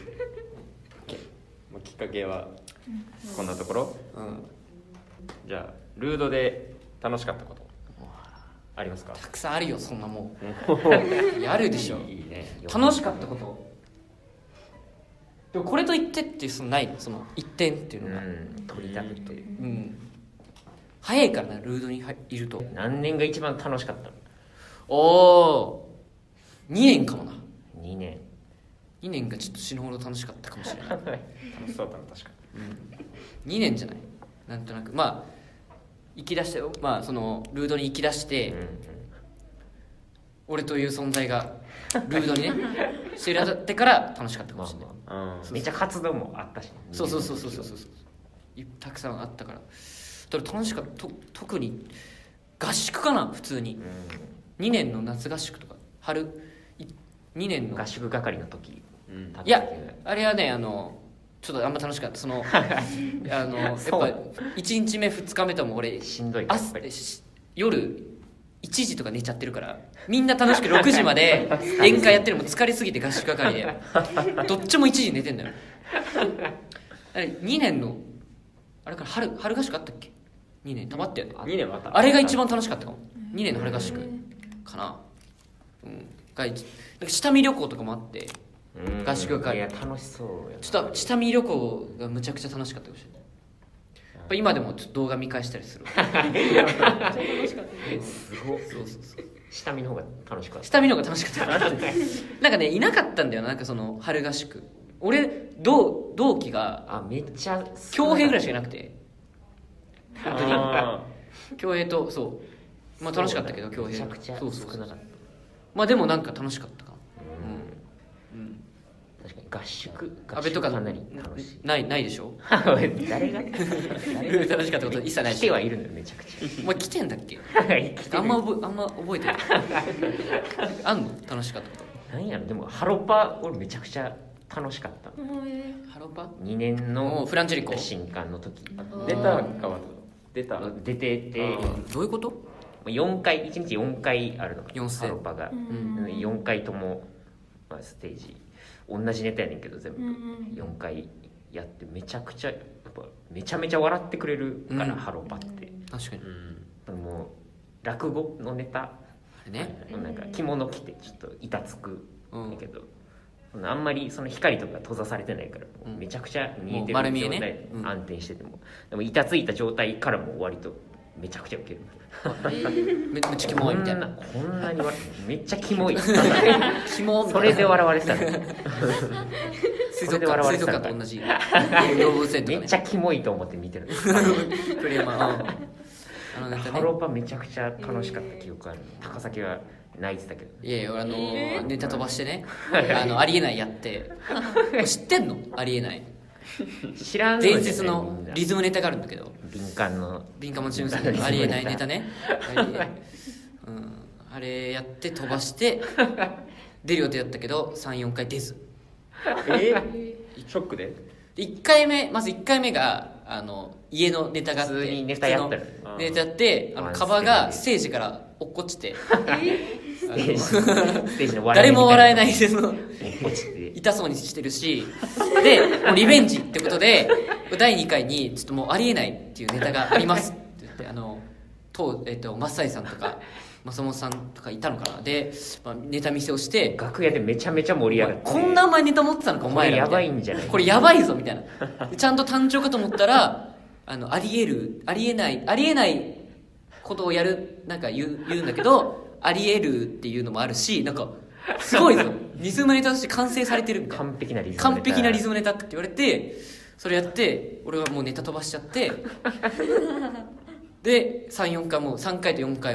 もうきっかけはこんなところ、 うん、 じゃあルードで楽しかったことありますか？ たくさんあるよそんなもんやるでしょ。 いいね。 楽しかったことでもこれと言ってってそのないのその一点っていうのが、 うん取りたくて。 うん早いからなルードにいると。 何年が一番楽しかったの？ おおにねんかもな。 にねん。 にねんがちょっと死ぬほど楽しかったかもしれない楽しそうだな確かうん、にねんじゃないなんとなくまあ行き出してまあそのルードに行き出して、 うんうん、 俺という存在がルードにね知られてから楽しかったかもしれない、 まあまあに。うん。 めっちゃ活動もあったし、ね、 そうそうそうそうそうそういたくさんあったからだから楽しかったと特に合宿かな普通に、 うにねんの夏合宿とか春いにねんのん、合宿係の時、 うんいやあれはねあのちょっとあんま楽しかったそのあのやっそうぱいちにちめふつかめとも俺しんどいからやっぱり。 朝夜いちじとか寝ちゃってるからみんな楽しくろくじまで宴会やってるのも疲れすぎて合宿係でどっちもいちじに寝てんだよあれにねんのあれから春春合宿あったっけにねんたまったよねにねんはあった。 あれが一番楽しかったかもにねんの春合宿かなうんが一なんか下見旅行とかもあってうん合宿係いや楽しそうや。 ちょっと下見旅行がむちゃくちゃ楽しかったかもしれないやっぱ今でもちょっと動画見返したりするめっちゃ楽しかったですすごい。 そうそうそう下見の方が楽しかった。 下見の方が楽しかったなんかねいなかったんだよななんかその春合宿俺同同期があめっちゃ恭平ぐらいしかいなくて本当にあ恭平とそうまあ楽しかったけど恭平めちゃくちゃそうそうそう少なかった。 まあでもなんか楽しかったかなうんうん確かに合宿安倍とか合宿かなり楽しい。 ないないでしょ誰が誰が楽しかったこと一切ない来してはいるのよめちゃくちお前来てんだっけゃ。来てるあんま覚えあんま覚えてないあんの楽しかったことなんやろでもハロパ俺めちゃくちゃ楽しかったの。 ハロパにねんおのフランチェリコ新刊の時ー出たかは出た。 出ててあーどういうことよんかいいちにちよんかいあるのかよん戦ハロパが、 んよんかいとも、まあ、ステージ同じネタやねんけど全部うんうんよんかいやってめちゃくちゃやっぱめちゃめちゃ笑ってくれるから、 うんハロパって確かにうん。 もう落語のネタあれねなんか着物着てちょっと板つくうんんだけど、そのあんまりその光とか閉ざされてないから、 うんもうめちゃくちゃ見えてもう丸見える状態、 ねうん安定しててもでも板ついた状態からも割とめちゃくちゃウケる。 めめっちゃキモいみたいなこんなこんなに笑めっちゃキモいキモみたいなそれで笑われてたの水それで族館水笑われてたの族館と同じ動物園とかねめっちゃキモいと思って見てる栗山うんあのネタねハロパめちゃくちゃ楽しかった記憶ある、高崎は泣いてたけどいやいや俺あのネタ飛ばしてねあのありえないやって知ってんのありえない知らんのじゃない伝説のみんなリズムネタがあるんだけど敏感の敏感持ち娘のありえないネタねありえないうんあれやって飛ばして出る予定だったけどさんよんかい出ずえーショックで？ いっかいめまずいっかいめがあの家のネタがあって普通にネタやったら普通のネタやってあのあーカバがステージから落っこちてステージステージの笑誰も笑えないいその落ちて痛そうにしてるしでもうリベンジってことでだいにかいにちょっともうありえないっていうネタがありますって言ってあのと、えっと、マッサイさんとか松本さんとかいたのかなで、まあ、ネタ見せをして楽屋でめちゃめちゃ盛り上がってこんなお前ネタ持ってたのかお前らみたこれやばいんじゃないこれやばいぞみたいなでちゃんと単調かと思ったらあのありえるありえないありえないことをやるなんか言う言うんだけどありえるっていうのもあるしなんかすごいぞリズムネタとして完成されてるみたいな完璧なリズムネタ完璧なリズムネタって言われてそれやって俺はもうネタ飛ばしちゃってでさんよんかいもさんかいとよんかいも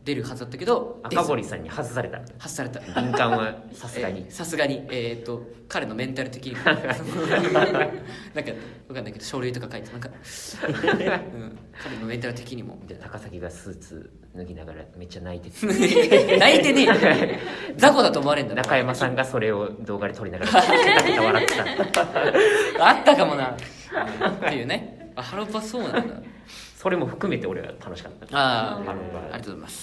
出るはずだったけど赤堀さんに外された。 外された。 敏感はさすがにえーさすがにえっ、と彼のメンタル的になんかわかんないけど書類とか書いてなんか、うん、彼のメンタル的にもみたいな。 高崎がスーツ脱ぎながらめっちゃ泣いてて泣いてねえ雑魚だと思われんだろ。 中山さんがそれを動画で撮りながらケタケタ笑ってた。 あったかもなっていうね。あハロパそうなんだ。 それも含めて俺は楽しかった。 ああ、 ハロパありがとうございます。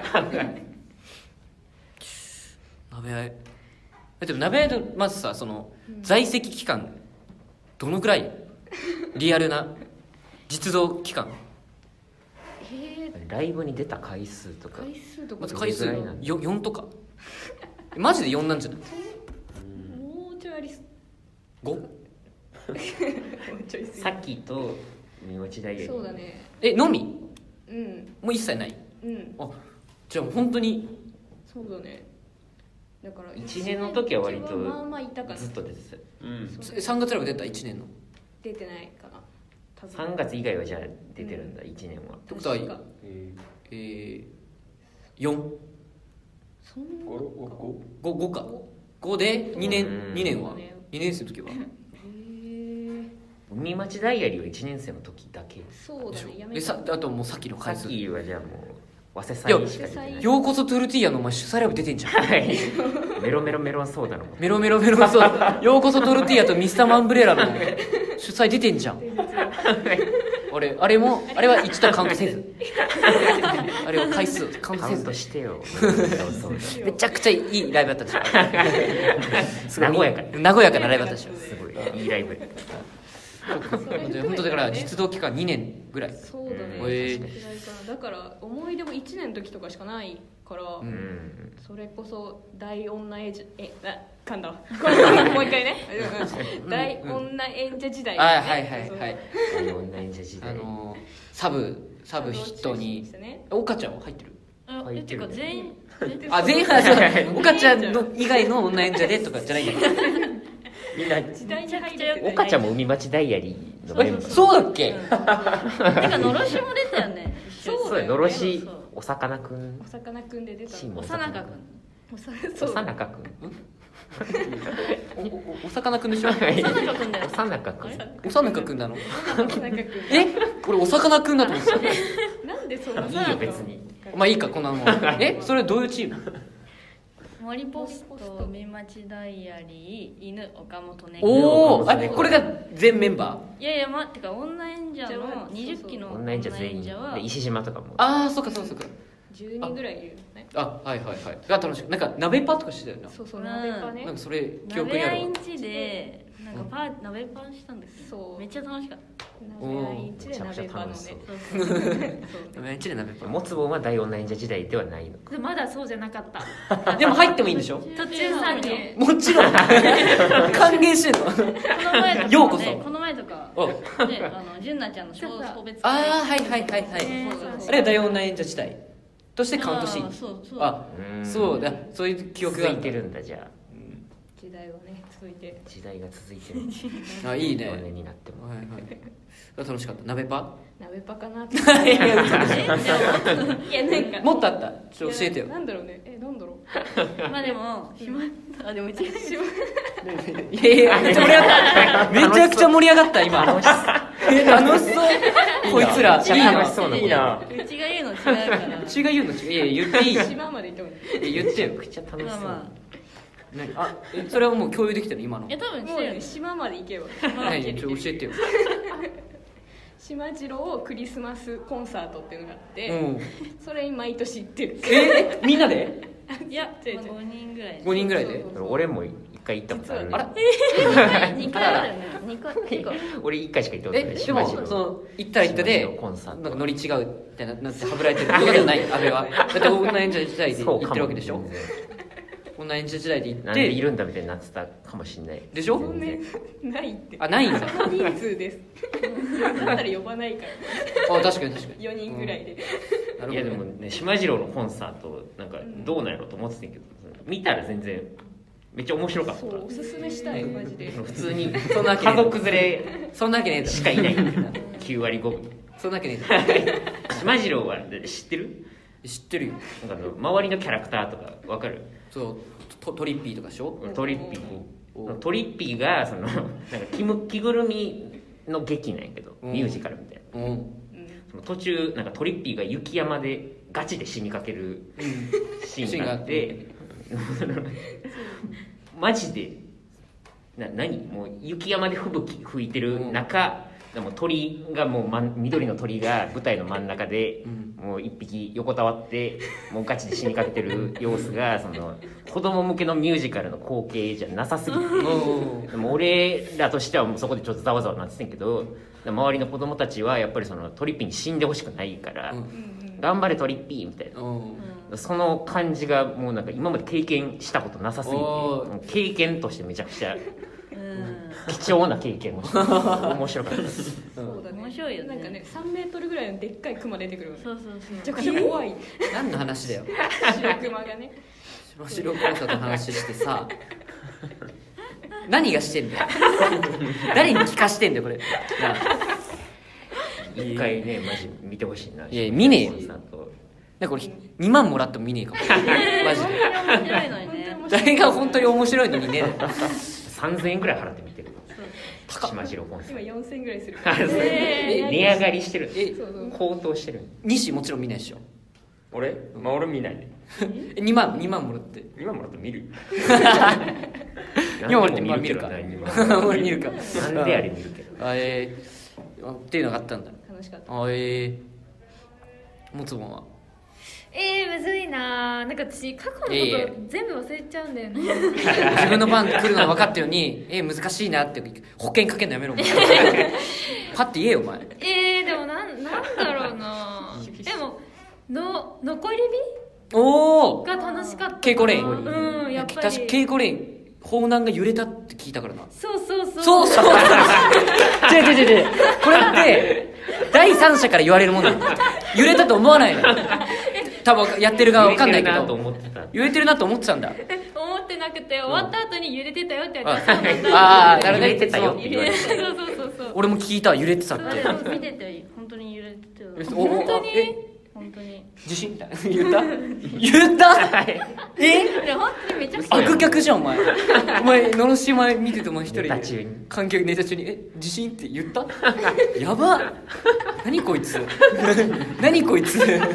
鍋屋えでも鍋屋でまずさその、うん、在籍期間どのくらいリアルな実動期間。 えー、 ライブに出た回数とか回数とかまず回数よよんとかマジでよんなんじゃない。 もうちょいありそうご? もうちょいさっきと見落ちダイヤリーそうだね。 えのみうんもう一切ない。 うんあじゃあもう本当にそうだね。だからいちねんの時は割とまあまあいたかな。 ずっと出てた。 うんさんがつライブ出たいちねんの。 出てないかな多分。 さんがつ以外はじゃあ出てるんだ、うん、いちねんは。 ってことは確かえー、よんそんなごごかごでにねんうんにねんはにねん生の時はへえ海町ダイヤリーはいちねん生の時だけ。 そうだねやめでさあともうさっきのさ回数っきはじゃあもう早稲祭しか出てない。 ようこそトゥルティーヤのお前主催ライブ出てんじゃん。 はいメロメロメロンソーダのメロメロメロンそうようこそトルティーヤとミスターマンブレラの主催出てんじゃん。俺あれもあれはいちとカウントせずあれは回数カウントカウンせずトしてよめちゃくちゃいいライブだったでしょ。すごい和やか和やかなライブだったでしょ。 すごいいいライブ。 本当だから実動期間にねんぐらい。 そうだね、 うんへえ確かにだから思い出もいちねんの時とかしかないから、 ううんんそれこそ大女演者えな噛んだわこれもう一回ねうん大女演者時代、ね、 あはいはいはい女演者時代あのサブサブヒットに岡ちゃんは入ってる。 あえてか全員あ全員話そう岡ちゃんの以外の女演者でとかじゃないんだけどみんな時代に入れて岡ちゃんも海町ダイヤリーのメンバー。 そうだっけ。 てかのろしも出たよね。 そうやのろしそうお魚くんお魚くんで出たシーンも幼かくん。 おさおそうさなかくんおおお魚くんでしょ。 幼かくんだよお。さなかくんおさなかくんなの。 おさなくんえ俺お魚くんだと思ってた。 なんでそんないいよ別に。 まあいいかこんなもん。えそれどういうチーム。 森ポスト、海町ダイアリー、犬、岡本ね。 おおあこれが全メンバー。 いやいや、ま、てか女演者のにじゅっきの女演者全員はで石島とかも。 ああそっかそっかそっか。 じゅうにんぐらいいるよね。 あはいはいはいが楽しい。なんか鍋パとかしてたよな。 そうそううん鍋パねなんかそれ記憶にあるわ鍋屋イン。チでなんかパー鍋パンしたんですよ。 そうめっちゃ楽しかった。 鍋屋インチで鍋パのねそうそうそうそう鍋チで鍋パ。 もつぼんは大女演者時代ではないのか。 でまだそうじゃなかったでも入ってもいいんでしょ。 途中参入。 もちろん歓迎してんの。 この前とかねようこそこの前とかおであの純奈ちゃんの小送別会。 ああはいはいはいはい。 そうそうそうあれは大女演者時代としてカウントしていいあー。そうそう。 あうんそうだそういう記憶がある続いてるんだじゃあ。 時代はね続いて時代が続いてる。 あいいね。 よねんになっても。 はいはい。楽しかった。鍋パ？ 鍋パかなっていやいや嘘でしいやなんかょ。もっとあった。ちょっと教えてよいや。なんだろうねえなんだろまあでも島あでも違う。 いやいやめっちゃ盛り上がった。めちゃくちゃ盛り上がった今。楽しそう。え楽しそう。こいつらめっちゃ楽しそうな。 いいな。うちが言うの違うから。 うちが言うの違う。いやいや言っていい。 う島まで行ってもいいえ言ってよ。 めちゃくちゃ楽しそう。 まあま何あえそれはもう共有できてる今の。 あ。え多分もうね違う。 島まで行けば何ちょっと教えてよ。 島次郎クリスマスコンサートっていうのがあって、 うん。 それに毎年行ってるえみんなで？ いや違う違うまあ五人ぐらい。 五人ぐらいでそう。そう俺も一回行ったことある。 あら二回あるよね。二回二回。 俺一回しか行ったことない。 えでも島次郎その行ったら行ったで島次郎コンサートなんかノリ違うってななってはぶられてるとかじゃない安倍は。だって女演者時代で行ってるわけでしょ。 そうかも全然女演者時代で行っなんでいてるんだみたいになってたかもしれない。 でしょ。 そんなないってあないんだ。 その人数ですだったら呼ばないからあ確かに確かに。 よにんぐらいで、 なるほどいやでもね島次郎のコンサートなんかどうなんやろうと思ってたけど、見たら全然めっちゃ面白かった。 そうおすすめしたいマジで普通にそんなわけねえ家族連れそんなわけねえだろしかいないきゅう割ごぶ。 そんなわけねえだろ。 島次郎は知ってる？ 知ってるよ。 なんかあの周りのキャラクターとかわかる？ そうトトリッピーとかでしょ。 トリッピおートリッピーがそのなんか着む着ぐるみの劇なんやけど、 うんミュージカルみたいな。 うんその途中なんかトリッピーが雪山でガチで死にかけるシーンがあってマジでな何もう雪山で吹雪吹いてる中、でも鳥がもう、ま、緑の鳥が舞台の真ん中で、うん、もう一匹横たわってもうガチで死にかけてる様子がその子供向けのミュージカルの光景じゃなさすぎてでも俺らとしてはもうそこでちょっとざわざわなってたんけど、周りの子供たちはやっぱりそのトリッピーに死んでほしくないから、うん、頑張れトリッピーみたいな、うん、その感じがもうなんか今まで経験したことなさすぎて経験としてめちゃくちゃ貴重な経験をして面白かったです。 そうだね、 面白いよね。 なんかねさんメートルぐらいのでっかいクマ出てくる。 そうそうそう。 めちゃくちゃ怖い。 何の話だよ。 白クマがね。 白白コンサートの話してさ。何がしてんだよ。誰に聞かしてんだよこれ。 一回ねマジ見てほしいな。 いや見ねえよ。なんかこれにまんもらっても見ねえかも。マジで。 面白いのにね。 誰が本当に面白いのにね。 さんぜんえんぐらい払って見てる。島白コンサート今よんせんぐらいする。 値上がりしてる。 え高騰してる。 西もちろん見ないでしょ。 俺まあ俺見ないで。 にまんにまんもらってにまんもらって見る。 にまんもらって見るか。俺見るか。 なんであれ見るけど。 あえー、っていうのがあったんだ。 楽しかった。 あえー、もつもんは。 えー、むずいな。なんか私過去のこと全部忘れちゃうんだよね。 自分の番来るの分かってるのに、えー、難しいなって保険かけんのやめろお前。パッて言えよお前。 えー、でもなんなんだろうな。でもの残りおお火が楽しかった。 稽古レイン。 うんやっぱり。 確か稽古レイン。砲弾が揺れたって聞いたからな。 そうそうそう。 そうそうそう。違う違う違う違う。これって第三者から言われるもんなんだ。揺れたと思わないの。多分やってる側わかんないけど。揺れてるなと思ってたんだ。 思ってなくて終わった後に揺れてたよって言われて、そうなんだ。 ああ、なるほど。 揺れてたよって言われて。 そうそうそうそう。 俺も聞いた揺れてたって。 見てて本当に揺れてた。 本当に。 本当に地震みたいな言った言ったえいや本当にめちゃくちゃ悪客じゃんお前お前のろしお前見ててお前一人ネタ中に観客ネタ中にえ地震って言ったやば何こいつ何こいつ本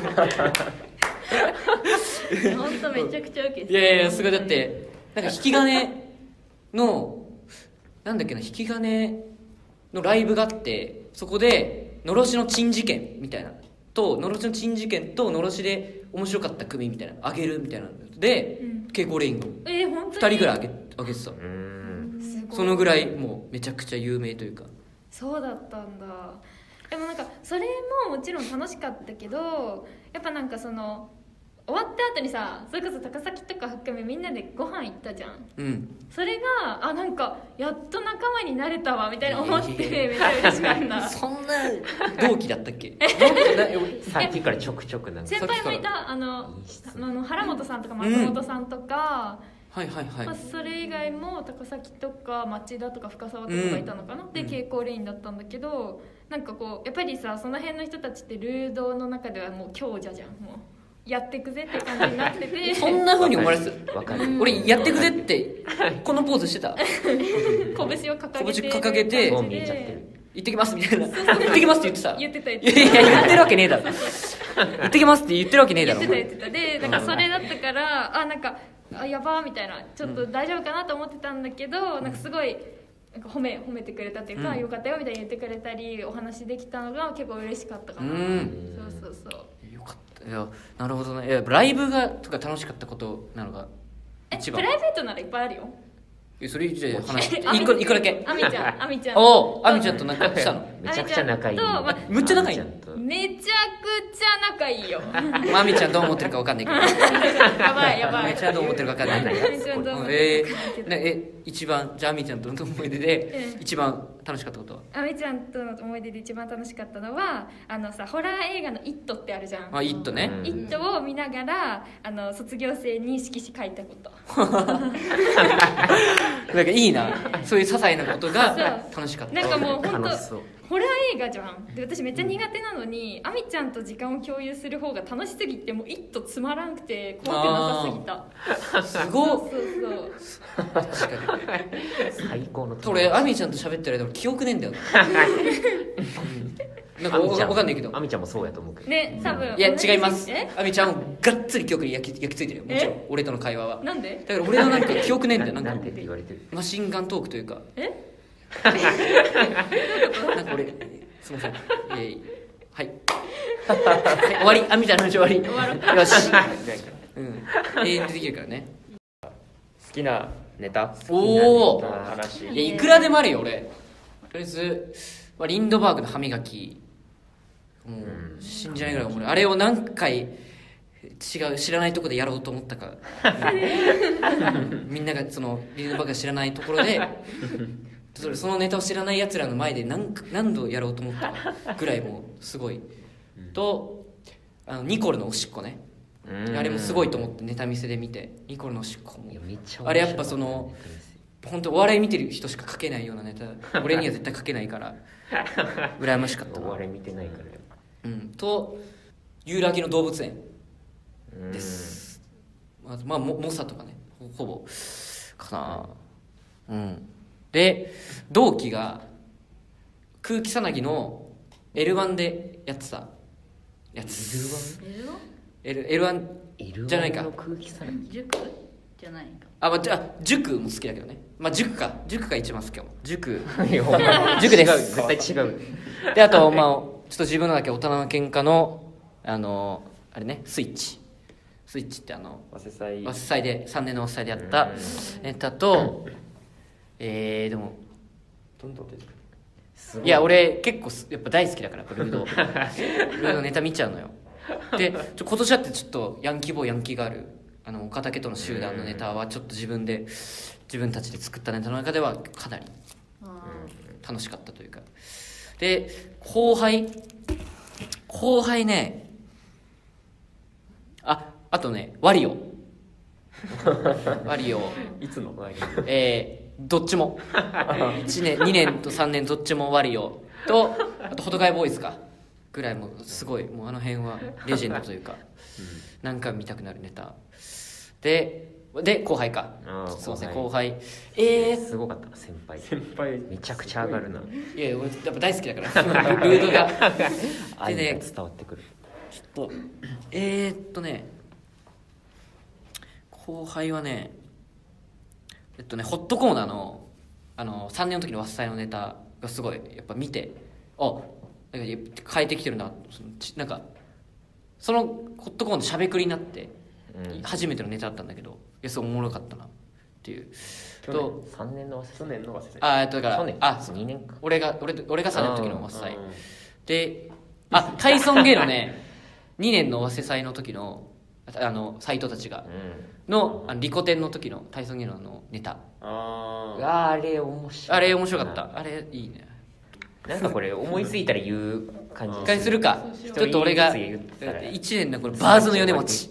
当めちゃくちゃウケていやいやすごいだってなんか引き金のなんだっけな引き金のライブがあってそこでのろしの珍事件みたいなとのろしの珍事件とのろしで面白かった組みたいなあげるみたいなで、うん、稽古レインをえー、本当にふたりぐらいあげあげてたうんそのぐらいもうめちゃくちゃ有名というかそうだったんだ。でもなんかそれももちろん楽しかったけどやっぱなんかその終わった後にさそれこそ高崎とか含めみんなでご飯行ったじゃん、うん、それがあなんかやっと仲間になれたわみたいな思ってめっちゃ嬉しかったそんな同期だったっけさっきからちょくちょくなんか先輩もいたあのあの原本さんとか松本さんとか、 うん、はいはいはい、 まあ、それ以外も高崎とか町田とか深沢とかがいたのかな、うん、で稽古レインだったんだけどなんかこうやっぱりさその辺の人たちってルードの中ではもう強者じゃんもうやってくぜって感じになっててそんな風に思われてたわかる俺やってくぜってこのポーズしてた拳を掲げて拳掲げてもう見えちゃってる行ってきますみたいな行ってきますって言ってた言ってた言ってたいやいや言ってるわけねえだろ行ってきますって言ってるわけねえだろ言ってた言ってたでなんかそれだったからあなんかあやばーみたいなちょっと大丈夫かなと思ってたんだけど、うん、なんかすごいなんか褒め褒めてくれたっていうか、うん、よかったよみたいに言ってくれたりお話できたのが結構嬉しかったかな、うん、そうそうそうよかったいやなるほどねいやライブがとか楽しかったことなのが一番えプライベートならいっぱいあるよそれじゃ話一個一個だけあみちゃんあみちゃんおあみちゃんとなんかしたのめちゃくちゃ仲いいむっちゃ仲いいめちゃくちゃ仲いいよあみちゃんどう思ってるか分かんないけどやばいやばいめちゃどう思ってるか分かんないあみちゃんどう思ってるか分かんないけどえ一番じゃああみちゃんとの思い出で一番楽しかったことはあみちゃんとの思い出で一番楽しかったのはあのさホラー映画の「イット!」ってあるじゃんあイットね 「イット!」を見ながらあの卒業生に色紙書いたことなんかいいなそういう些細なことが楽しかったなんかもう本当ホラー映画じゃん。で私めっちゃ苦手なのに、あみちゃんと時間を共有する方が楽しすぎて、もう一とつまらんくて怖くなさすぎた。 すごっ。 そうそう確かに最高の俺アミちゃんと喋ってる間俺記憶ねえんだよななんかアミちゃんわかんないけどアミちゃんもそうやと思うけどそうね、多分いや違いますえアミちゃんがっつり記憶に焼き焼き付いてるよもちろんえ俺との会話はなんでだから俺のなんか記憶ねえんだよなんかなんてって言われてるマシンガントークというかえなんか俺すいませんえー、はい、はい、終わりアミちゃんの話終わり終わろうよしうん永遠にできるからね好きなネタおおの話いやいくらでもあるよ俺とりあえず、まあ、リンドバーグの歯磨きもう信じられないぐらいおもろいあれを何回違う知らないところでやろうと思ったかみんながそのリンドバーグが知らないところでそれそのネタを知らないやつらの前で 何, 何度やろうと思ったかぐらいもうすごいとあのニコルのおしっこねあれもすごいと思ってネタ見せで見てニコルのおしっこもいやめっちゃ面白いあれやっぱその本当お笑い見てる人しか書けないようなネタ俺には絶対書けないから羨ましかったお笑い見てないからうんとユーラギの動物園うんですまあ、まあ、モサとかねほ, ほぼかなうんで同期が空気さなぎの エルワン でやってたやつエルエルワン じゃないかの空気さらに塾じゃないかあ、まあ、じゃあ塾も好きだけどねまあ塾か塾が一番好きかも塾いやほんま塾です違う絶対違うであとまあちょっと自分のだけ大人の喧嘩のあのあれねスイッチスイッチってあの早稲祭早稲祭でさんねんの早稲祭でやったネタとえー、でもどんどん出てくるすごいや俺結構すやっぱ大好きだからルードルードのネタ見ちゃうのよでちょ今年だってちょっとヤンキーボーイヤンキーガールあの岡竹との集団のネタはちょっと自分で自分たちで作ったネタの中ではかなり楽しかったというかで後輩後輩ねああとねワリオワリオいつのえー、どっちもいちねんにねんとさんねんどっちもワリオとあとホトガイボーイズかぐらいもすごいもうあの辺はレジェンドというか、うん、何回も見たくなるネタでで後輩かそうですね後輩えー、 すごかった先輩先輩めちゃくちゃ上がるないや俺やっぱ大好きだからルードが愛でねが伝わってくるちょっとえー、っとね後輩はねえっとねホットコーナーのあのさんねんの時のワッサイのネタがすごいやっぱ見てあなんか変えてきてるなそのちなんかそのホットコーナーのしゃべくりになって、うん、初めてのネタだったんだけどいやすごいおもろかったなっていうとさんねんの去年の早稲祭あえっとだから去年あにねんか俺が俺俺がさんねんの時のワッサイであタイソンゲイのねにねんの早稲祭の時のあのサイトたちがの、あのリコテンの時のタイソンゲーのあのネタあーあれ面白いあれ面白かったあれいいねなんかこれ思いついたら言う感じ一回するか一ちょっと俺が一人ずつ言ったらいちねんのこれバーズの米持ち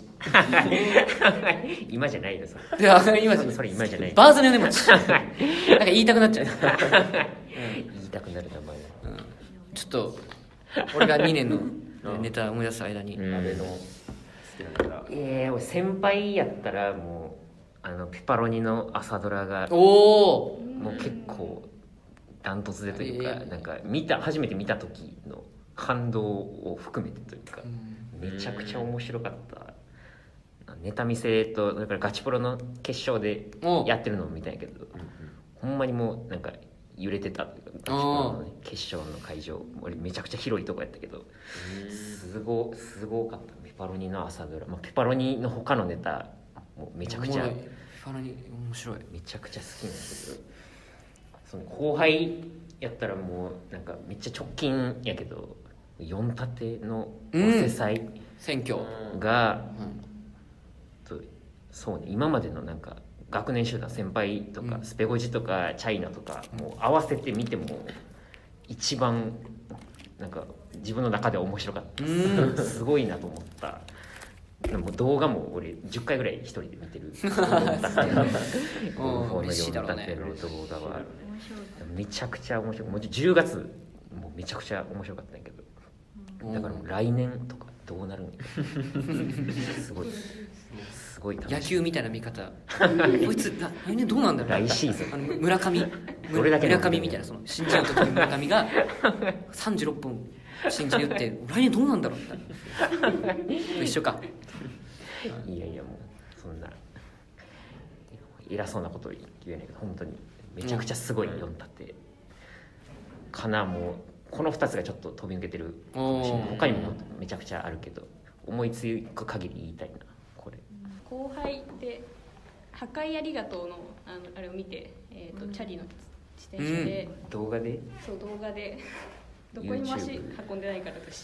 今じゃないよそれいや今じゃそれ今じゃないバーズの米持ちなんか言いたくなっちゃう、 言いたくなる名前うん、ちょっと俺がにねんのネタ思い出す間に、 うんあれの好きなネタえー、俺先輩やったらもうあのペパロニの朝ドラがおおもう結構ダントツでというか、 えーなんか見た初めて見た時の感動を含めてというか、めちゃくちゃ面白かったネタ見せとだからガチプロの決勝でやってるのを見たんやけど、ほんまにもうなんか揺れてたというかガチプロの、ね、決勝の会場俺めちゃくちゃ広いとこやったけどすごすごかったペパロニの朝ドラ、まあ、ペパロニの他のネタもうめちゃくちゃおもろいファラに面白いめちゃくちゃ好きなんだけどその後輩やったらもうなんかめっちゃ直近やけどよん立ての早稲祭選挙が、 うん、 とそうね今までのなんか学年集団先輩とか、うん、スペゴジとかチャイナとかもう合わせてみても一番なんか自分の中では面白かった、うん、すごいなと思ったでも動画も俺じゅっかいぐらい一人で見てるゴルフォーのよん立ての動画はめちゃくちゃ面白いもうじゅうがつもうめちゃくちゃ面白かったんやけど、だからもう来年とかどうなるんやすごいすごい楽しみ。 野球みたいな見方こいつな来年どうなんだろう。 来シーズンあの村上どれだけ村上みたいな、その新人の時の村上がさんじゅうろっぽん新人に打って来年どうなんだろうって一緒か。 いやいやもうそんな偉そうなこと言えないけど本当にめちゃくちゃすごい読んだってかな。もうこのふたつがちょっと飛び抜けてるかもしれない。他にもめちゃくちゃあるけど思いつく限り言いたいなこれ。 後輩で破壊ありがとうのあのあれを見て、えーとチャリの自転車で、 動画でそう動画でどこにも足運んでないから私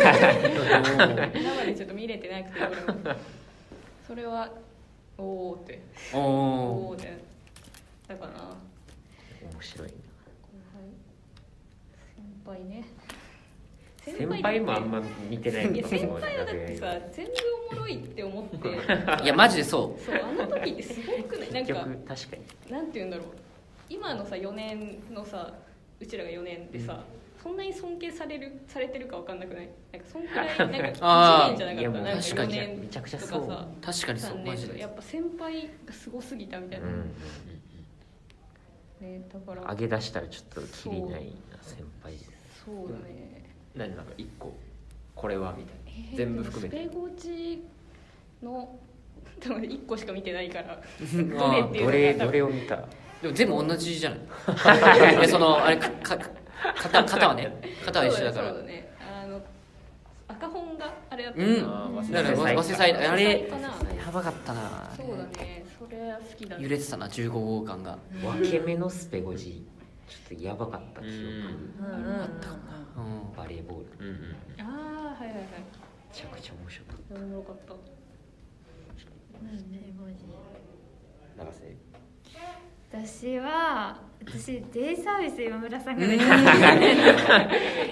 生でちょっと見れてなくて俺もそれはおおっておおおおってだからな面白いな。 先輩ね先輩もあんま見てないいやのかも。 先輩はだってさ全部おもろいって思っていやマジでそそうあの時ってすごくないなん結か局確かになんて言うんだろう今のさよねんのさうちらがよねんでさ、そんなに尊敬されるされてるか分かんなくない？なんかそんくらいなんかいちねんじゃなかったいやもうなんか確かによねんめちゃくちゃとかそうさ確かにそうさんねんとかマジでやっぱ先輩がすごすぎたみたいな、 うんね、だから上げ出したらちょっときりないな先輩。 そうだね、 何なんか一個これはみたいな、 えー全部含めてでもスペゴチの多分いっこしか見てないからあどれっていうのがどれ多分どれを見た？ でも全部同じじゃないいやそのあれかか型型はね型は一緒だからそうだねあの赤本があれだったうんあーだから早稲早稲祭あれかなやばかったな。 そうだねそれは好きだね揺れてたなじゅうご号館が。 分け目のスペゴジちょっとやばかった記憶。 うんうんうんバレーボールめうんうんああはいはいはいちゃくちゃ面白かっおもろかった永瀬私は私デイサービス今村さんが出てた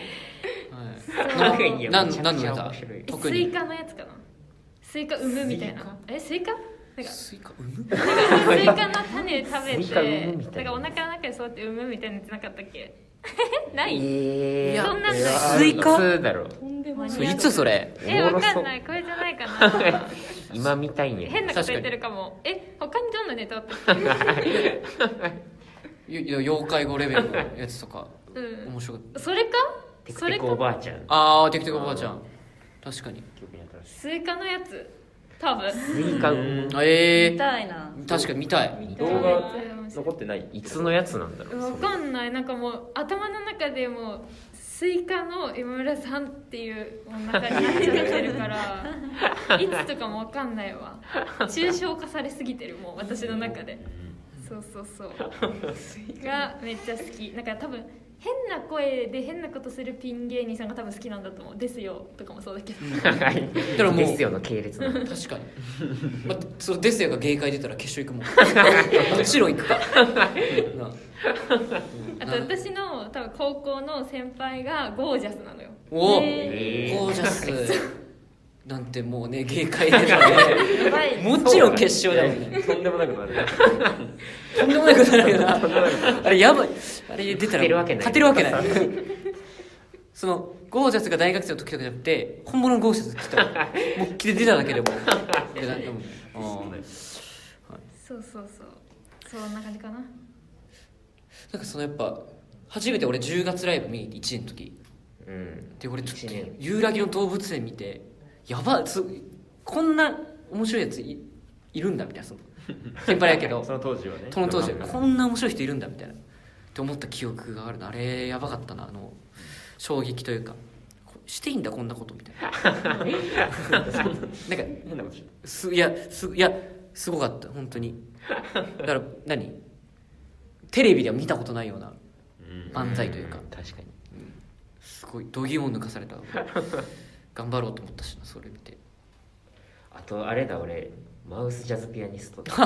そういやなんめちゃくちゃ何のネタ面白い特にスイカのやつかなスイカ産むみたいなえスイカなんかスイカ産むスイカの種食べスイカ産てむみたいななんかお腹の中でそうやって産むみたいなやつなかったっけないえいやそんなんないスイカ普通だろ。 とんでもないそれいつそれえわかんないこれじゃないかな今見たいんや変なこと言ってるかもえ他にどんなネタあったっけいや妖怪語レベルのやつとかうん面白かった。 それかテクテクおそれかばあちゃんああテクテクおばあちゃん確かに。 記憶に新しい。 スイカのやつ多分スイカうんえ見たいなー、確かに見たい。 動画残ってないいつのやつなんだろう。 わかんないなんかもう頭の中でもうスイカの今村さんっていうお腹になっちゃってるからいつとかもわかんないわ抽象化されすぎてるもう私の中でそうそうそうがめっちゃ好きなんか多分変な声で変なことするピン芸人さんが多分好きなんだと思うですよとかもそうだけどだからもうですよの系列なの。 確かに。まあ、そのデスヤが芸会出たら決勝行くもん。もちろん行くか。なあと私の多分高校の先輩がゴージャスなのよおお、 えーゴージャスなんてもうね芸会出たらね、もちろん決勝だよね。 とんでもなくなるとんでもないことになるよな。あれやばい。あれ出たら勝てるわけない勝てるわけない。そのゴージャスが大学生の時とかじゃなくて本物のゴージャス来たらもう着て出ただけでも。でなんかもうあーそうそうそうそんな感じかななんかそのやっぱ初めて俺じゅうがつライブ見に行っていちねんの時うん。 で俺ちょっといちねんユーラギの動物園見てやばすこんな面白いやつ い, いるんだみたいなその先輩やけどその当時はねその当時うんこんな面白い人いるんだみたいなって思った記憶があるなあれやばかったなあの衝撃というかこしていいんだこんなことみたいななんか変なことしすいやすいやすごかった本当にだから何テレビでは見たことないような漫才というかん確かに。 すごい度肝を抜かされた頑張ろうと思ったしなそれ見てあとあれだ俺マウスジャズピアニスト一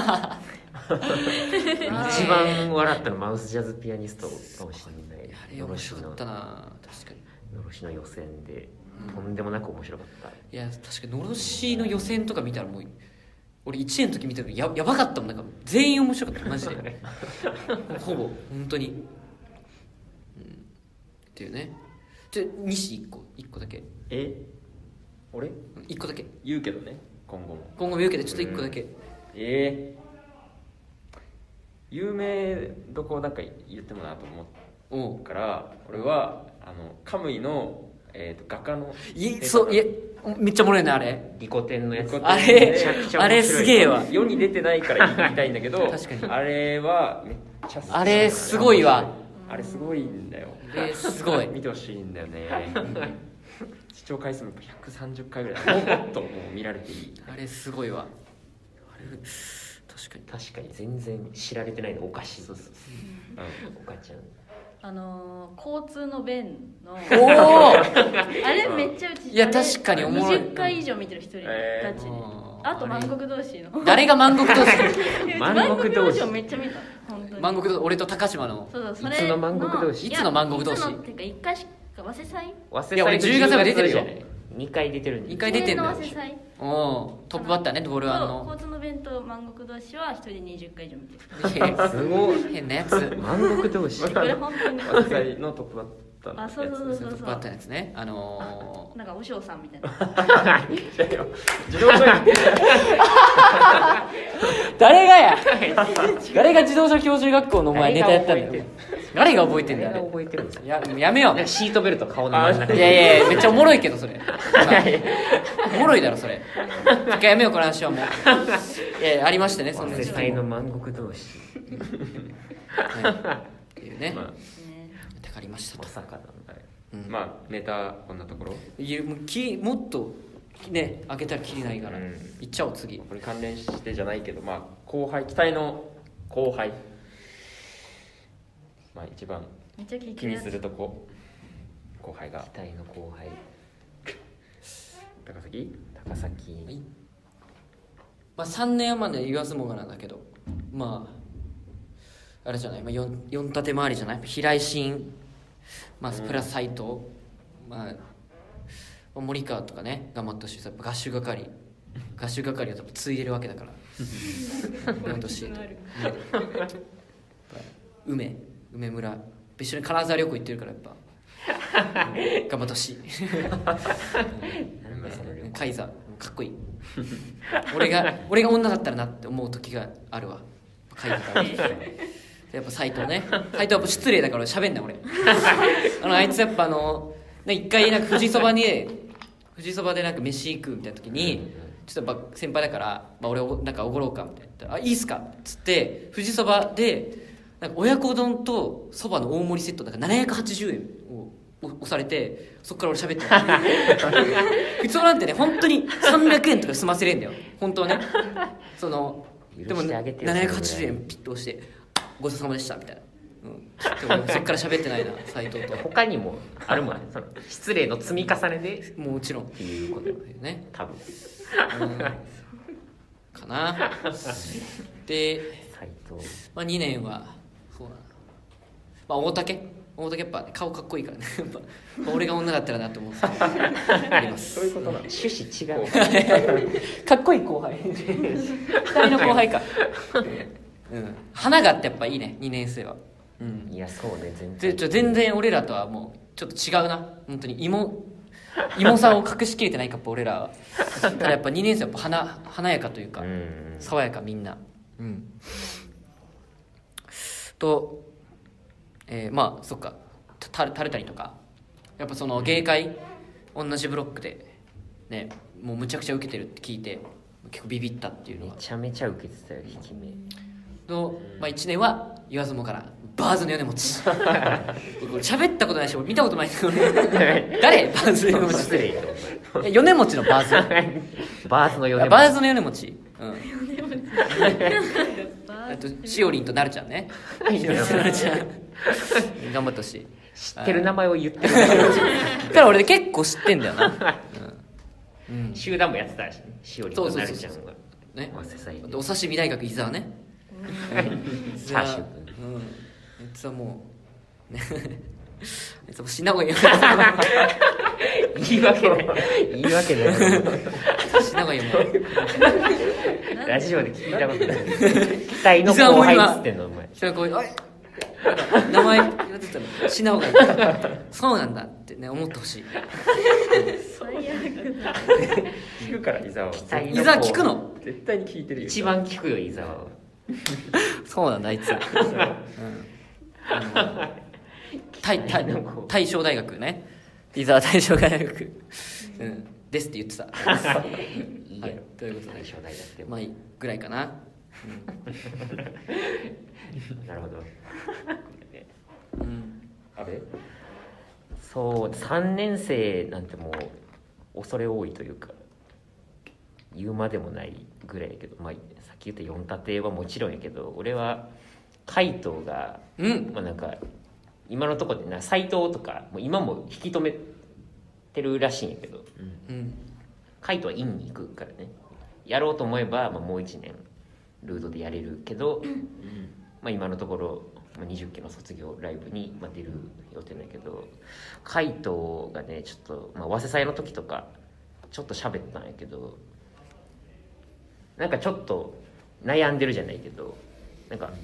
番笑ったのマウスジャズピアニストかもしれない。 あれ面白かったな確かにのろしの予選でとんでもなく面白かった。 いや確かにのろしの予選とか見たらもう俺いちねんの時見た時 や, やばかったもんなんか全員面白かったマジでほぼ本当に、うん、 っていうね。ちょ西いっこいっこだけえ俺いっこだけ言うけどね今後も今後も言うけどちょっといっこだけ、 ええ有名どこなんか言ってもなと思おううから俺はあのカムイの、えー、と画家のいそういやめっちゃおもろいなあれリコテンのやつあれめちゃくちゃ面白いあれすげえわ世に出てないから言いたいんだけど確かにあれはめっちゃ好きあれすごいわあれすごいんだよあれすごい見てほしいんだよね視聴回数もひゃくさんじゅっかいぐらいもっともう見られていいあれすごいわあれ確かに確かに全然知られてないのおかしいそうそうそうおかちゃんあのー交通の便のおおあれめっちゃうちいや確かにおもろいにじゅっかい以上見てる一人えーガチであーあと万国同士の誰が万国同士万国同士をめっちゃ見た本当に万国同士俺と高島のそうそうそれいつの万国同士いつの万国同士いやいつのっていうか一回しか早稲祭忘いや俺じゅうがつまで出てるよにかい出てるんでにかい出てんだよ記念の早稲祭おおトップバッターねボールワンの交通の弁と万国同士は一人でにじゅっかい以上見てるいやすごい変なやつ万国同士これ本当に和製のトップバッターのやつあそうそうそうトップバッターのやつねあのーなんかお嬢さんみたいな自動車に誰がや誰が自動車教習学校のお前ネタやったんだよ誰が覚えてんだ誰がよあ覚えてるんですかれややめようシートベルト顔の真ん中いやいやいやめっちゃおもろいけどそれおもろいだろそれ一回やめようこの話はもういやいやありましてねそんな世界の万国同士はいっていうねまあね手がありましたとまさかなんだようんまあネタこんなところいやもうきもっとね開けたらきりないから、 うんいっちゃおう次これ関連してじゃないけどまあ後輩期待の後輩まあ一番めっちゃ聞い気にてるやつするとこ後輩が期待の後輩高崎高崎はいまあさんねんまで言わずもがなんだけどまああれじゃない、まあ、よん, よん立て回りじゃない平井心、まあ、プラス斉藤、まあ、森川とかね頑張ってほしいやっぱ合衆係合衆係を多分継いでるわけだから頑張ってほしいと梅梅村一緒に金沢旅行行ってるからやっぱ頑張ってほしいカイザーかっこいい俺が俺が女だったらなって思う時があるわカイザーやっぱ斎藤ね斎藤やっぱ失礼だから喋んない俺あのあいつやっぱあの一回なんか富士そばに富士そばでなんか飯行くみたいな時にちょっとやっぱ先輩だから、まあ、俺なんかおごろうかみたいな言ったらあいいっすかっつって富士そばでなんか親子丼とそばの大盛りセットだからななひゃくはちじゅうえんを押されてそっから俺喋ってた普通なんてね本当にさんびゃくえんとか済ませれんだよ本当はねそのでも許してあげてよななひゃくはちじゅうえんピッと押してごちそうさまでしたみたいな、うん、でもそっから喋ってないな斉藤と他にもあるもんねその失礼の積み重ねでっもちろんていうことよね多分うんかなで、 斎藤まあ、にねんはそうだな、まあ、大竹大竹やっぱ顔かっこいいからねやっぱ俺が女だったらなと思うありますそういうことなの趣旨違うかっこいい後輩ふたりの後輩か、うん、花があってやっぱいいねにねん生は、うん、 いやそうね全で然ちょ全然俺らとはもうちょっと違うな本当に芋芋さを隠しきれてないかやっぱ俺らはただやっぱにねん生はやっぱ華華やかというか、 うん爽やかみんなうんとえー、まあそっかたタルタリとかやっぱその芸会同じブロックでねもうむちゃくちゃ受けてるって聞いて結構ビビったっていうのめがちゃめちゃ受けてたよ引き目と、まあ、いちねんは言わずもからバーズの米持ちこれ喋ったことないし俺見たことないけど誰バーズの米持ち失礼よえ米持ちのバーズバーズのよねバーズの米持ちうんあとしおりんとなるちゃんねしおりんとなるちゃん頑張ってほしい知ってる名前を言ってるだから俺結構知ってんだよな、うんうん、 集団もやってたしねしおりとなるちゃんがね早稲祭でお刺身大学伊沢ねチャーシューうんあいつはもうねあいつはもう死んだ方がいいよ言い訳ない言い訳ない死んだ方がいいよもうラジオで聞いたことない期待の後輩っつってんのお前人がこう「おいなんか名前言われてたら死んだ方がいいそうなんだってね思ってほしい最悪だ。 聞くから伊沢は期待伊沢聞くの絶対に聞いてるよ一番聞くよ伊沢は。 そうなんだあいつ、うん、あの大大大正大学ね伊沢大正大学、うん、ですって言ってたいいやはい、ということで大正大だってまあいいぐらいかな、 なるほど。 うんうん、 あれそうさんねん生なんてもう恐れ多いというか言うまでもないぐらいやけど、まあ、さっき言ったよん立てはもちろんやけど俺は海藤が、 うんまあ、なんか今のところでな斎藤とかもう今も引き止めてるらしいんやけどうん海藤は院に行くからねやろうと思えば、まあ、もういちねんルードでやれるけど、まあ、今のところにじゅっきの卒業ライブに出る予定だけど海藤がねちょっと、まあ、早稲祭の時とかちょっと喋ったんやけどなんかちょっと悩んでるじゃないけどなんか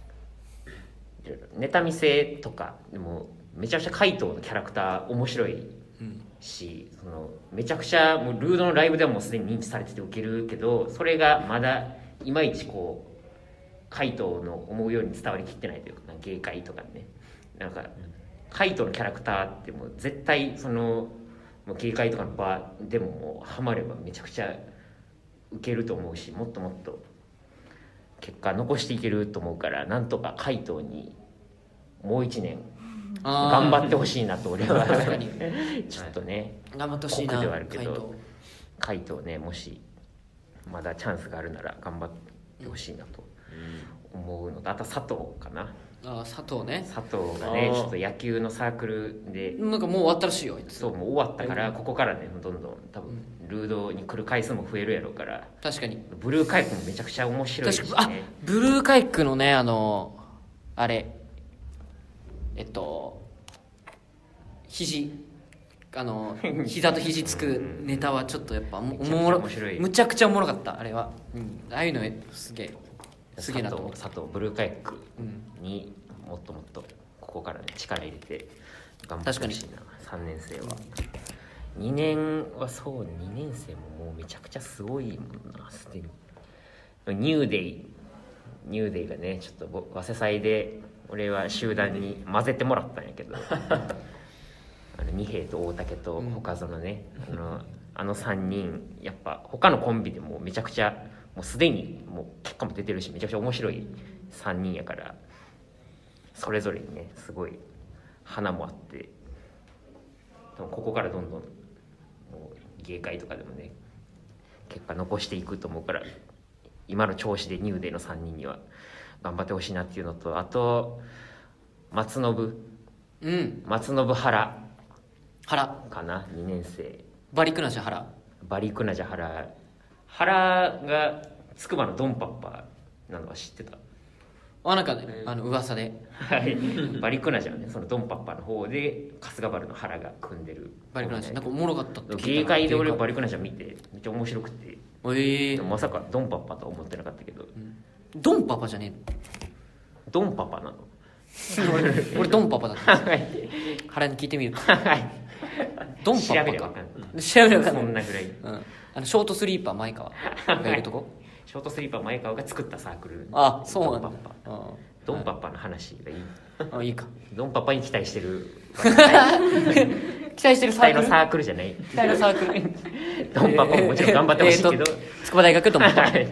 ネタ見せとかでもめちゃくちゃ海藤のキャラクター面白いしそのめちゃくちゃもうルードのライブでももうすでに認知されててウケるけどそれがまだいまいちこう海藤の思うように伝わりきってないというか芸会とかねなんか海藤のキャラクターってもう絶対そのもう芸会とかの場でももうハマればめちゃくちゃウケると思うしもっともっと結果残していけると思うからなんとか海藤にもう一年頑張ってほしいなと俺は確かにちょっとね頑張ってほしいな酷ではあるけ海藤ど海藤ねもしまだチャンスがあるなら頑張ってほしいなと思うのとあと佐藤かなあ佐藤ね佐藤がねあーちょっと野球のサークルでなんかもう終わったらしいよあいつそうもう終わったからここからねどんどん多分ルードに来る回数も増えるやろうから確かにブルーカイクもめちゃくちゃ面白いし確かにあねブルーカイクのねあのあれえっと肘あの膝と肘つくネタはちょっとやっぱおもめちゃくちゃおもろ面白いむちゃくちゃおもろかったあれは、うん、ああいうのすげえすげえなと思う佐藤佐藤ブルーカイクうんにもっともっとここからね力入れて頑張ってほしいなさんねん生はにねんはそうねにねん生ももうめちゃくちゃすごいもんなすでにニューデイニューデイがねちょっとぼ早稲祭で俺は集団に混ぜてもらったんやけどあの二平と大竹と他園ね、うん、あのあのさんにんやっぱ他のコンビでもうめちゃくちゃもうすでにもう結果も出てるしめちゃくちゃ面白いさんにんやからそれぞれにねすごい花もあってでもここからどんどんもう芸会とかでもね結果残していくと思うから今の調子でニューデイのさんにんには頑張ってほしいなっていうのとあと松信うん松信原原かなにねん生バリクナシ原バリクナジャ原原が筑波のドンパッパなのは知ってたあなんかねあの噂ではいバリクナジャはねそのドンパッパの方で春日原の原が組んでるバリクナシなんかおもろかったって聞いたな芸会で俺バリリクナジャ見てめっちゃ面白くてええでもまさかドンパッパとは思ってなかったけどドンパパじゃねドンパパなのえの俺俺ドンパパだったんですよ原に聞いてみるかドンパ調パかべれば分かんない調べれば分かんないそんなぐらいうんあのショートスリーパー前川がいるとこショートスリーパー前川が作ったサークルあそうなんだドンパッパあドンパッパの話がいいあいいかドンパッパに期待してる期待してる期サークル待のサークルじゃない期待のサークルドンパッパももちろん頑張ってほしいけど、 えーと筑波大学と思ったはい違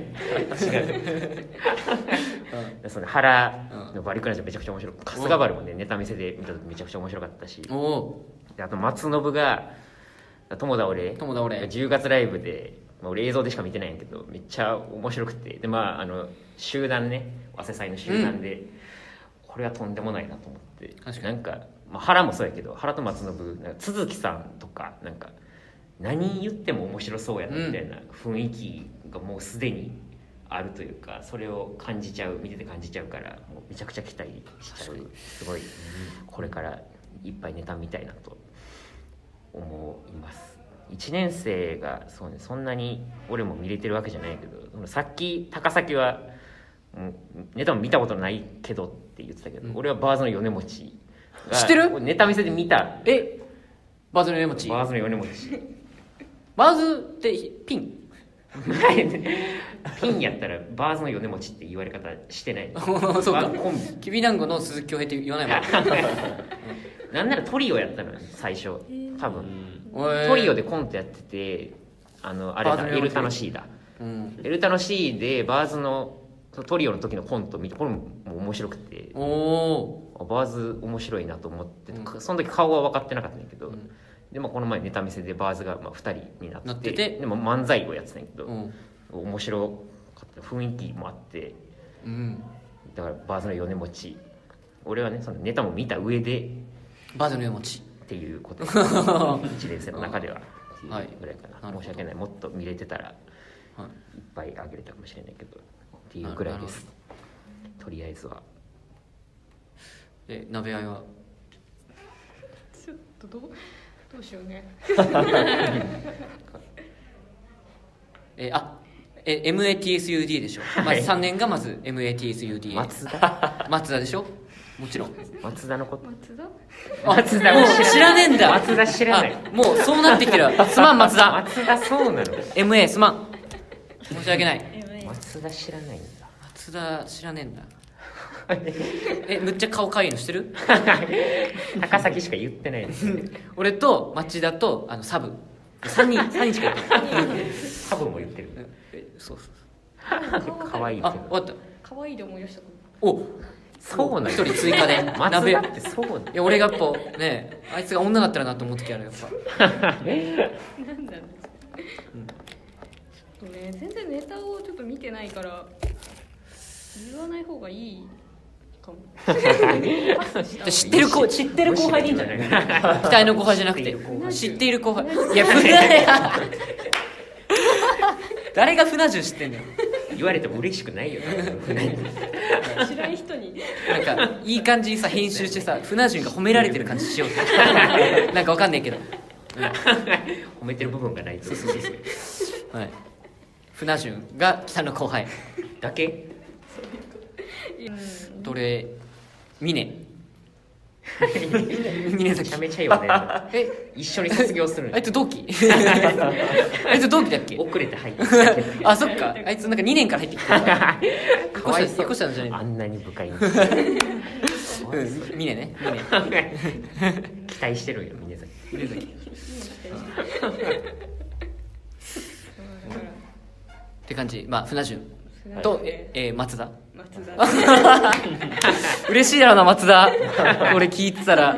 う、その原のバリクナジャめちゃくちゃ面白い春日原もねネタ見せで見た時めちゃくちゃ面白かったしおおであと松信が友田俺友田俺じゅうがつライブで、まあ、俺映像でしか見てないんやけどめっちゃ面白くてでまああの集団ね早稲祭の集団で、これはとんでもないなと思って確かになんか、まあ、原もそうやけど原と松信なんか都築さんとかなんか何言っても面白そうやなみたいな雰囲気がもうすでにあるというかそれを感じちゃう見てて感じちゃうからもうめちゃくちゃ期待しちゃうすごいこれからいっぱいネタ見たいなと思いますいちねん生がそう、ね、そんなに俺も見れてるわけじゃないけどさっき高崎は、うん、 ネタも見たことないけどって言ってたけど、うん、俺はバーズの米持ち知ってる？ ネタ見せで見た。 えバーズの米持ちバーズの米持ちバーズってピンピンやったらバーズの米持ちって言われ方してないそうかきびだんごの鈴木恭平って言わないもんなんならトリオやったのよ最初多分、えー、トリオでコントやっててあのあれだエルタの C だ、うん、エルタの C でバーズのトリオの時のコント見てこれも面白くておバーズ面白いなと思って、うん、その時顔は分かってなかったんだけど、うん、でもこの前ネタ見せでバーズがまあふたりになって、なっててでも漫才をやってたんだけど、うん、面白かった雰囲気もあって、うん、だからバーズの米持ち俺はねそのネタも見た上でバーズの米持ちっていうこといちねん生の中ではっていうぐらいかな、はい、申し訳ないもっと見れてたら、はい、いっぱいあげれたかもしれないけどっていうぐらいです。とりあえずは。 え、鍋あいは。 ちょっとどう、どうしようね。 え、あ、え、エムエーティーエスユーディー でしょ。まずさんねんがまず エムエーティーエスユーディー。 松田。 松田でしょ。もちろん。 松田のこと。 松田。 松田もう知らねえんだ。 松田知らない。 もうそうなってきてる。すまん松田。 松田そうなの。 エムエー すまん。申し訳ない。 松田知らないんだ。 松田知らねえんだ。え、むっちゃ顔かいいのしてる？ 高崎しか言ってないです、ね、 俺と町田とあのサブさんにんさんにんしか言ってないサブも言ってる。 え、そうそうそうかわいいけど。 あ、終わった。 かわいいで思い出した。 お、 そうなん一人追加で松田ってそうなん。いや俺がやっぱねあいつが女だったらなと思う時あるやっぱ。 なんだろう。うん、ね、全然ネタをちょっと見てないから言わない方がいいかも。 知ってる子知ってる後輩でいいんじゃない？期待の後輩じゃなくて知っている後輩。いや船誰が船中知ってんだよ。 言われても嬉しくないよ。 知らん人になんかいい感じにさ編集してさ船中が褒められてる感じしようってなんかわかんないけど、 うん、褒めてる部分がないと。 はい。船順が北の後輩だけ。 どれ峰峰めちゃめちゃ言わねえ。え一緒に卒業するの。 あいつ同期あいつ同期だっけ？ 遅れて入ってあ、そっか。あいつなんかにねんから入ってきてかわいそう。 したんじゃないの？ あんなに部会に峰ね峰期待してるよ峰崎峰崎って感じ。まあ船順と、ええー、松田松田嬉しいだろうな松田俺聞いてたら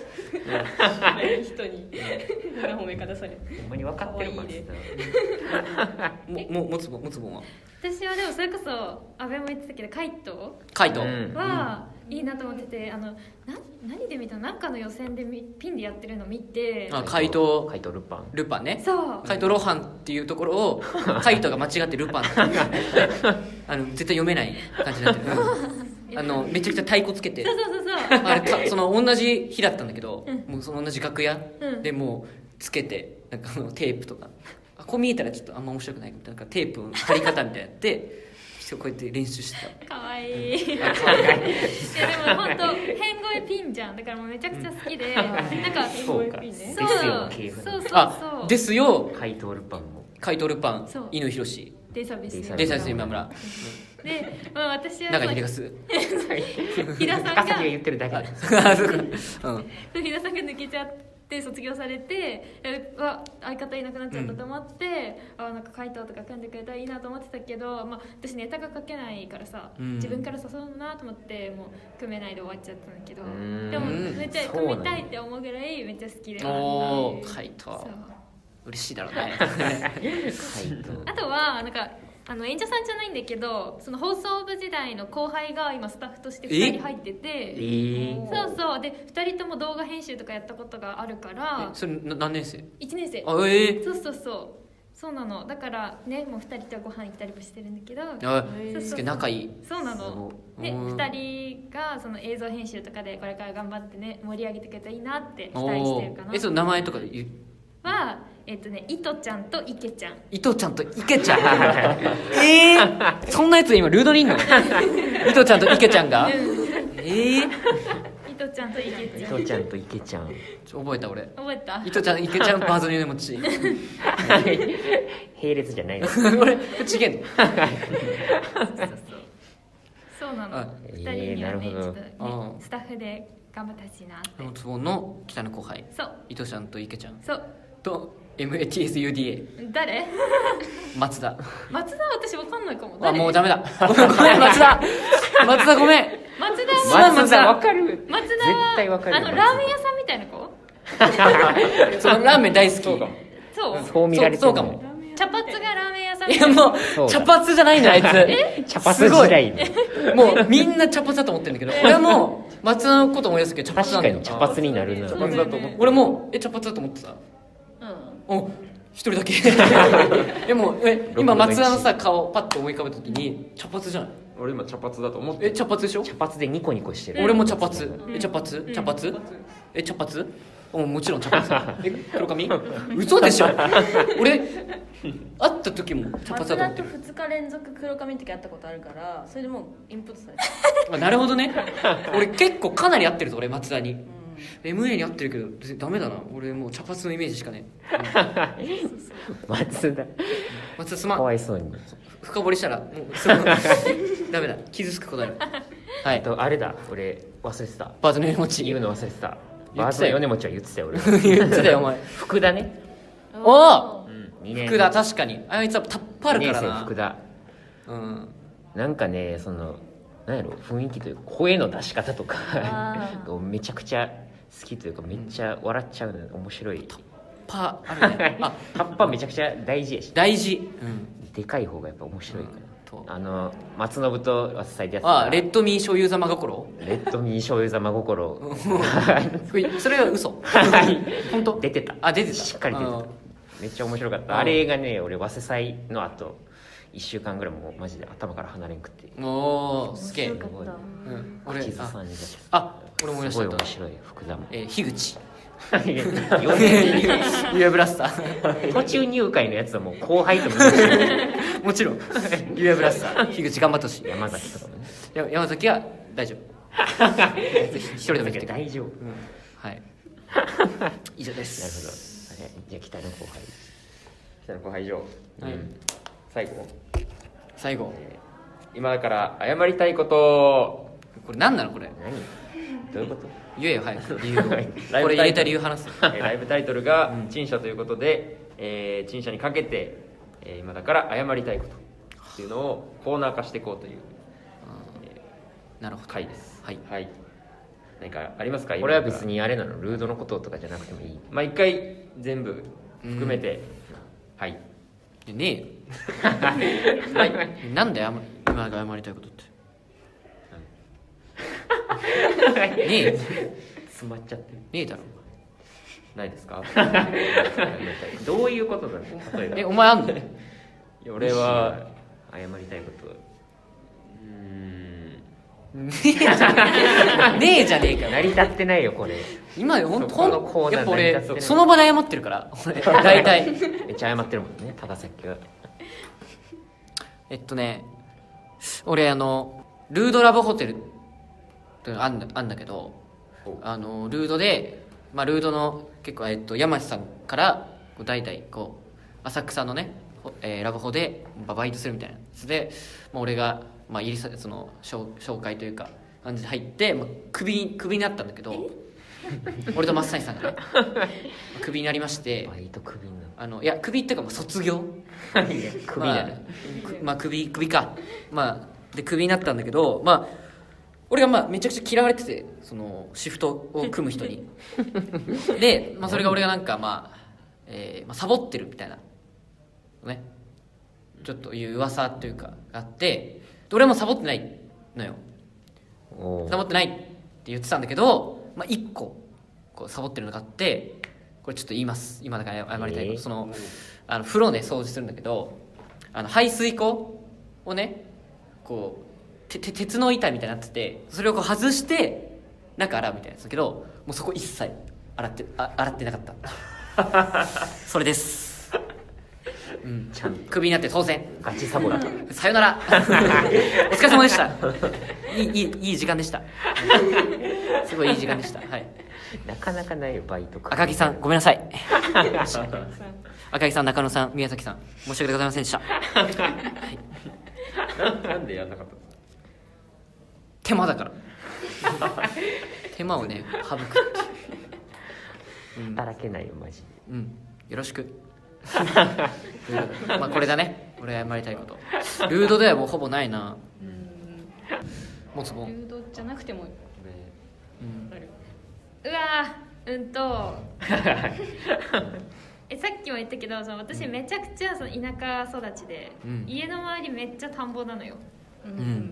人に褒め方される。 ほんまに分かってる松田もももつぼもつぼは私はでもそれこそ阿部も言ってたけどカイトカイトはいいなと思ってて、あのな何で見たのなんかの予選でピンでやってるの見て、 あカイトカイトルパンルパンね。 そうカイトロハンっていうところをカイトが間違ってルパンってあの絶対読めない感じになってる、うん、あのめちゃくちゃ太鼓つけてそうそうそうそうあれたその同じ日だったんだけど、 うん、 もうその同じ楽屋でもうつけてなんかテープとかあこう見えたらちょっとあんま面白くないみたいなテープの貼り方みたいなやってこうやって練習してた。かわいい。いやでも本当変声ピンじゃん。だからもうめちゃくちゃ好きで、なんかそうか。 そうですよ系譜。 そうそうそう。 あですよ。 怪盗ルパンも。 怪盗ルパン。乾ひろし。 デイサービス。 デイサービス今村。 で、まあ私は中に入れがす。 飛田さんが。 高崎が言ってるだけ。 あ、そうか。うん。 飛田さんが抜けちゃって。で卒業されてえわ相方いなくなっちゃったと思って、うん、あなんか回答とか組んでくれたらいいなと思ってたけど、まあ、私ネタが書けないからさ、うん、自分から誘うなと思ってもう組めないで終わっちゃったんだけど、でもめっちゃ組みたいって思うぐらいめっちゃ好きで、 おー回答嬉しいだろうねあとはなんかあの演者さんじゃないんだけどその放送部時代の後輩が今スタッフとしてふたり入ってて、 えー、 そうそうでふたりとも動画編集とかやったことがあるからそれ何年生？ いちねん生。 あ、えー、 そうそうそうそうなのだからねもうふたりとご飯行ったりもしてるんだけどあそうそう仲いいそうなのでふたりがその映像編集とかでこれから頑張ってね盛り上げてくれたらいいなって期待してるかな。 えその名前とか言はえっとねいとちゃんといけちゃん。 伊藤ちゃんと池ちゃんえー、そんなやつ今ルードにいんの伊藤ちゃんと池ちゃんがえー、 いとちゃんといけ伊ちゃん。 藤ちゃんと池ちゃんちょ覚えた俺覚えた？ 伊藤ちゃん池ちゃんバーズの夢持ち並列じゃないの俺ちげんのそうなの。 あ二人にはねえーなるほどちょっとねあスタッフで頑張ってほしいなって。 あのツボの北の後輩そう伊藤ちゃんと池ちゃんそう。 と エムエーティーエスユーディーエー誰？ 松田松田私わかんないかも。 あ誰？ もうダメだごめん松田松田ごめん松田は松田わかる松田絶対わかるはあのラーメン屋さんみたいな子？ そのラーメン大好きそうかもそう。 そう見られてるそうそうかも茶髪がラーメン屋さんみいたいな。 やもうそうだ茶髪じゃないのあいつ茶髪時代のもうみんな茶髪だと思ってるんだけど俺はもう松田のこと思い出すけど茶髪なんだよ確かに茶髪になるな茶髪だと思って俺もえ茶髪だと思ってたうん。 お一人だけでもえ今松田のさ顔パッと思い浮かべた時に茶髪じゃない俺今茶髪だと思ってえ茶髪でしょ茶髪でニコニコしてる俺も茶髪え茶髪茶髪え茶髪おもちろん茶髪え黒髪嘘でしょ俺会った時も茶髪だと松田と思ってるふつか連続黒髪の時会ったことあるからそれでもうインプットされてあなるほどね俺結構かなり合ってるぞ俺松田に エムエー に合ってるけど別にダメだな俺もう茶髪のイメージしかね松田松田すまんかわいそうに深掘りしたらもうすぐダメだ傷つくことになるはいえっとあれだ俺忘れてたバーズの命言うの忘れてた言ってたよバーズの米持ちは言ってたよ俺言ってたよお前福田ねおおにねん福田確かにあいつはタッパるからにねんな生福田うんなんかねそのなんやろ雰囲気というか声の出し方とかあがめちゃくちゃ好きというかめっちゃ笑っちゃうの面白いパあるねあ葉っぱめちゃくちゃ大事やし大事うんでかい方がやっぱ面白いかとらあの松信と和田さんでやってあたレッドミー醤油ざま心レッドミー醤油ざま心それは嘘本当出てたあ出てたしっかり出てあためっちゃ面白かっうんたあれがね俺早稲祭の後いっしゅうかんぐらいもうマジで頭から離れんくっておおすげえ面白かったうん俺口ずあさんであ俺思い出しすごいた面白い福田もえー樋口よねんユアブラスター途中入会のやつはもう後輩と見てるもちろんユアブラスター樋口頑張ってほしい山崎とかもねや山崎は大丈夫一人でも生きてくる大丈夫うんはい以上でなるすほどあれじゃあ北の後輩北の後輩以上はいうん最後最後今から謝りたいことこれ何なのこれ何どういうこと言えよ早く理由をライブこれ入れた理由話すえーライブタイトルが「陳謝」ということで、えー陳謝にかけて、えー今だから謝りたいことっていうのをコーナー化していこうというなるほど回ですはいはい何かありますかこれは別ににあれなのルードのこととかじゃなくてもいいまあ一回全部含めて、はいでねえよはいなんで謝今が謝りたいことってねえよね詰まっちゃってるえだろないですかどういうことなの例えばえお前あんのいや俺は謝りたいことうーんねえじゃねえじゃねえかよ成り立ってないよこれ今ほんとそこのコーナーやっぱ成り立ってない俺その場で謝ってるから俺大体めっちゃ謝ってるもんね高崎はえっとね俺あのルードラブホテルっていうのあんだあんだけどあのルードで、まあ、ルードの結構、えっと、山地さんからこう代々こう浅草のね、ほえーラブホでババイトするみたいなやつで、まあ、俺が、まあ、入りさその紹紹介というか感じで入って、まあ、クビクビになったんだけど俺と松谷さんがねクビになりましてバイトクビになるあのいやクビっていうかもう卒業クビだね、 まあ、くまあクビクビかまあでクビになったんだけどまあ俺がまあめちゃくちゃ嫌われててそのシフトを組む人にで、まあ、それが俺がなんかまあ、えーまあ、サボってるみたいなねちょっという噂というかがあってで俺もサボってないのよおーサボってないって言ってたんだけど、まあ、いっここうサボってるのがあってこれちょっと言います今だから謝りたいこと、 えーそのあの風呂ね掃除するんだけどあの排水口をねこうてて鉄の板みたいになっててそれをこう外して中洗うみたいなんですけどもうそこ一切洗ってあ洗ってなかったそれです、うん、 ちゃんとクビになって当然ガチサボださよならお疲れ様でしたいいいいいい時間でしたすごいいい時間でした、はい、 なかなかないよバイトか。 赤木さんごめんなさい赤木さん、中野さん、宮崎さん、申し訳ございませんでした、はい、 な, なんでやんなかったの？ 手間だから手間をね省くって、うん、 働けないよマジで。 うん、よろしくまあこれだね、俺が謝りたいこと。ルードではもうほぼないな。もつぼんルードじゃなくても、 うんある。 うわーうんとえさっきも言ったけど、その私めちゃくちゃその田舎育ちで、 うん、 家の周りめっちゃ田んぼなのよ、 うん、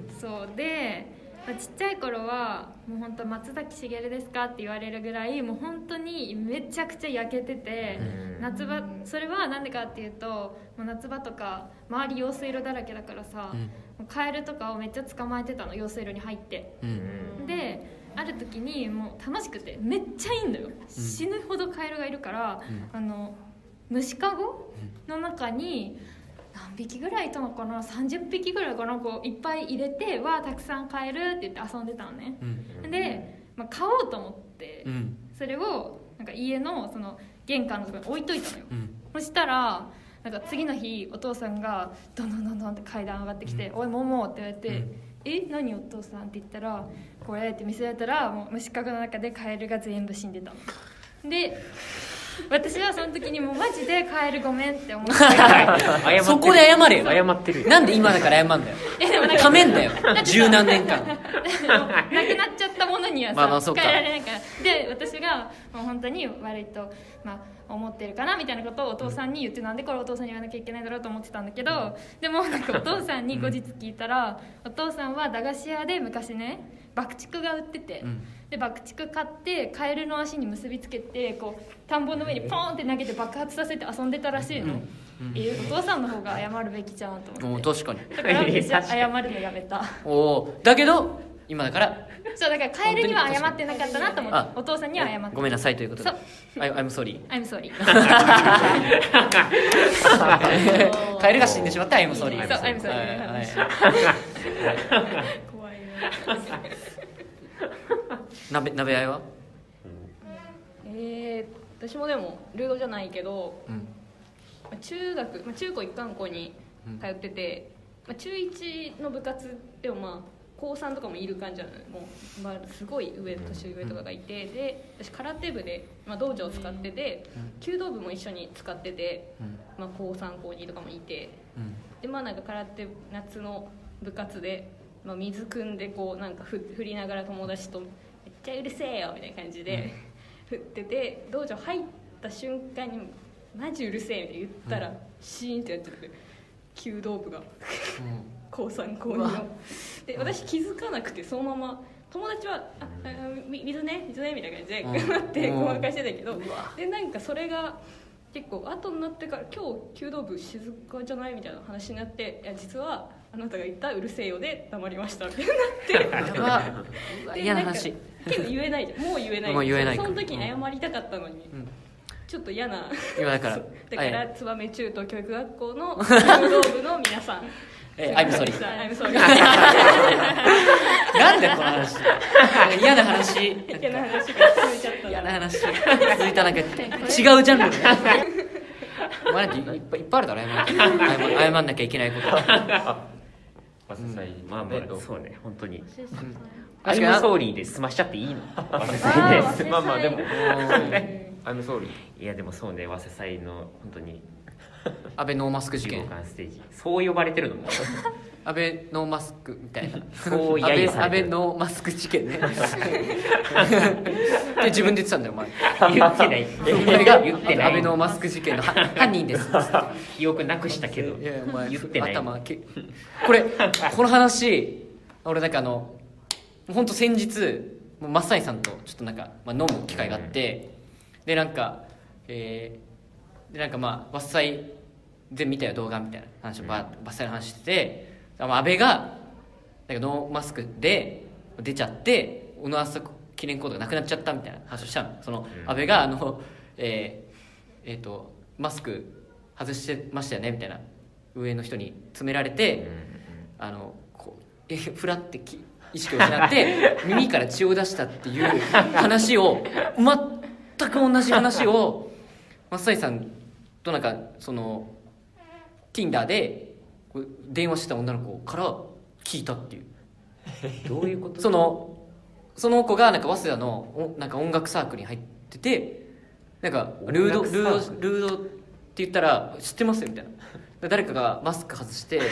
そうで、まあ、ちっちゃい頃はもう本当松崎しげるですかって言われるぐらいもう本当にめちゃくちゃ焼けてて、 うん、 夏場それはなんでかっていうともう夏場とか周り用水路だらけだからさ、うん、もうカエルとかをめっちゃ捕まえてたの、用水路に入って、うん、である時にもう楽しくてめっちゃいいんだよ、うん、死ぬほどカエルがいるから、うん、あの虫かごの中に何匹ぐらいいたのかな、さんじゅっぴきぐらいかな、こういっぱい入れてわあたくさんカエルって言って遊んでたのね、うん、で、まあ、買おうと思って、うん、それをなんか家のその玄関のところに置いといたのよ、うん、そしたらなんか次の日お父さんがどんどんどんどんって階段上がってきて「うん、おいモモ」って言われて「うん、え何お父さん」って言ったら「これ」って見せられたらもう虫かごの中でカエルが全部死んでたので私はその時にもうマジでカエルごめんって思ってそこで謝れよ。 謝ってるよ。 なんで今だから謝んだよ。 えでもなんかためんだよ十何年間なくなっちゃったものにはさ、 まあまあ変えられないからで私がもう本当に悪いと、まあ、思ってるかなみたいなことをお父さんに言って、なんでこれお父さんに言わなきゃいけないだろうと思ってたんだけど、でもなんかお父さんに後日聞いたら、お父さんは駄菓子屋で昔ね爆竹が売ってて、うん、で爆竹買ってカエルの足に結びつけてこう田んぼの上にポーンって投げて爆発させて遊んでたらしいの、うんうん、えお父さんの方が謝るべきじゃんと思って。 お確かに。 だから私は謝るのやめたおだけど今だからそうだからカエルには謝ってなかったなと思って、お父さんには謝ってごめんなさいということで。そう I'm sorry I'm sorry カエルが死んでしまった I'm sorry そう I'm sorry、はいはい、 怖いな鍋鍋合いは、 えー、私もでもルードじゃないけど、うん、中学、まあ、中高一貫校に通ってて、うんまあ、中いちの部活でもまあ高さんとかもいる感じじゃない、もう、まあ、すごい上年上とかがいて、うん、で私空手部で、まあ、道場を使ってて、うん、弓道部も一緒に使ってて、うんまあ、高さん高にとかもいて、うん、でまあなんか空手夏の部活で、まあ、水汲んでこうなんかふ振りながら友達とめっちゃうるせえよみたいな感じで、うん、振ってて道場入った瞬間にマジうるせえみたいな言ったら、うん、シーンってやっちゃって弓道部が、うん高さん高にので私気づかなくてそのまま友達は「ああ水ね水ね」みたいな感じで頑張ってごまかしてたけど、でなんかそれが結構後になってから「今日弓道部静かじゃない?」みたいな話になって「いや実はあなたが言ったうるせえよで黙りました」みたいになって嫌な話結構言えないじゃん、もう言えない、 もう言えないその時に謝りたかったのに、うんちょっと嫌な今だからだから燕中等教育学校の弓道部の皆さんえー、I'm sorry I'm sorry なんでこの話嫌な話嫌な話が続いちゃった嫌な話続いたなんか違うジャンルでお前なんていっぱいいっぱいあるだろ謝, 謝んなきゃいけないことあ早稲祭、 まあまあそうね本当に確かに I'm sorryで済ましちゃっていいの早稲祭ですまあまあでもI'm sorry いやでもそうね早稲祭の本当に安倍ノーマスク事件ステージそう呼ばれてるのも安倍ノーマスクみたいなそう揶揄されてる安倍ノーマスク事件ねで自分で言ってたんだよお前言ってない俺が言ってない安倍ノーマスク事件の犯人です記憶なくしたけどいやお前言ってない頭けこれこの話俺なんかあの本当先日増谷さんとちょっとなんか、まあ、飲む機会があって、うん、でなんかえーでなんかまあ伐採で見たよ動画みたいな話を伐採の話してて、安倍がなんかノーマスクで出ちゃって小野あそこ記念コードがなくなっちゃったみたいな話をしたの。その安倍があの、ええー、とマスク外してましたよねみたいな上の人に詰められて、あのこうえふらってき意識を失って耳から血を出したっていう話を全く同じ話を松谷さんとなんかその Tinder でこう電話してた女の子から聞いたっていう。 どういうこと？ そのその子がなんか早稲田のおなんか音楽サークルに入ってて、なんかルードルードルードって言ったら知ってますよみたいな、誰かがマスク外して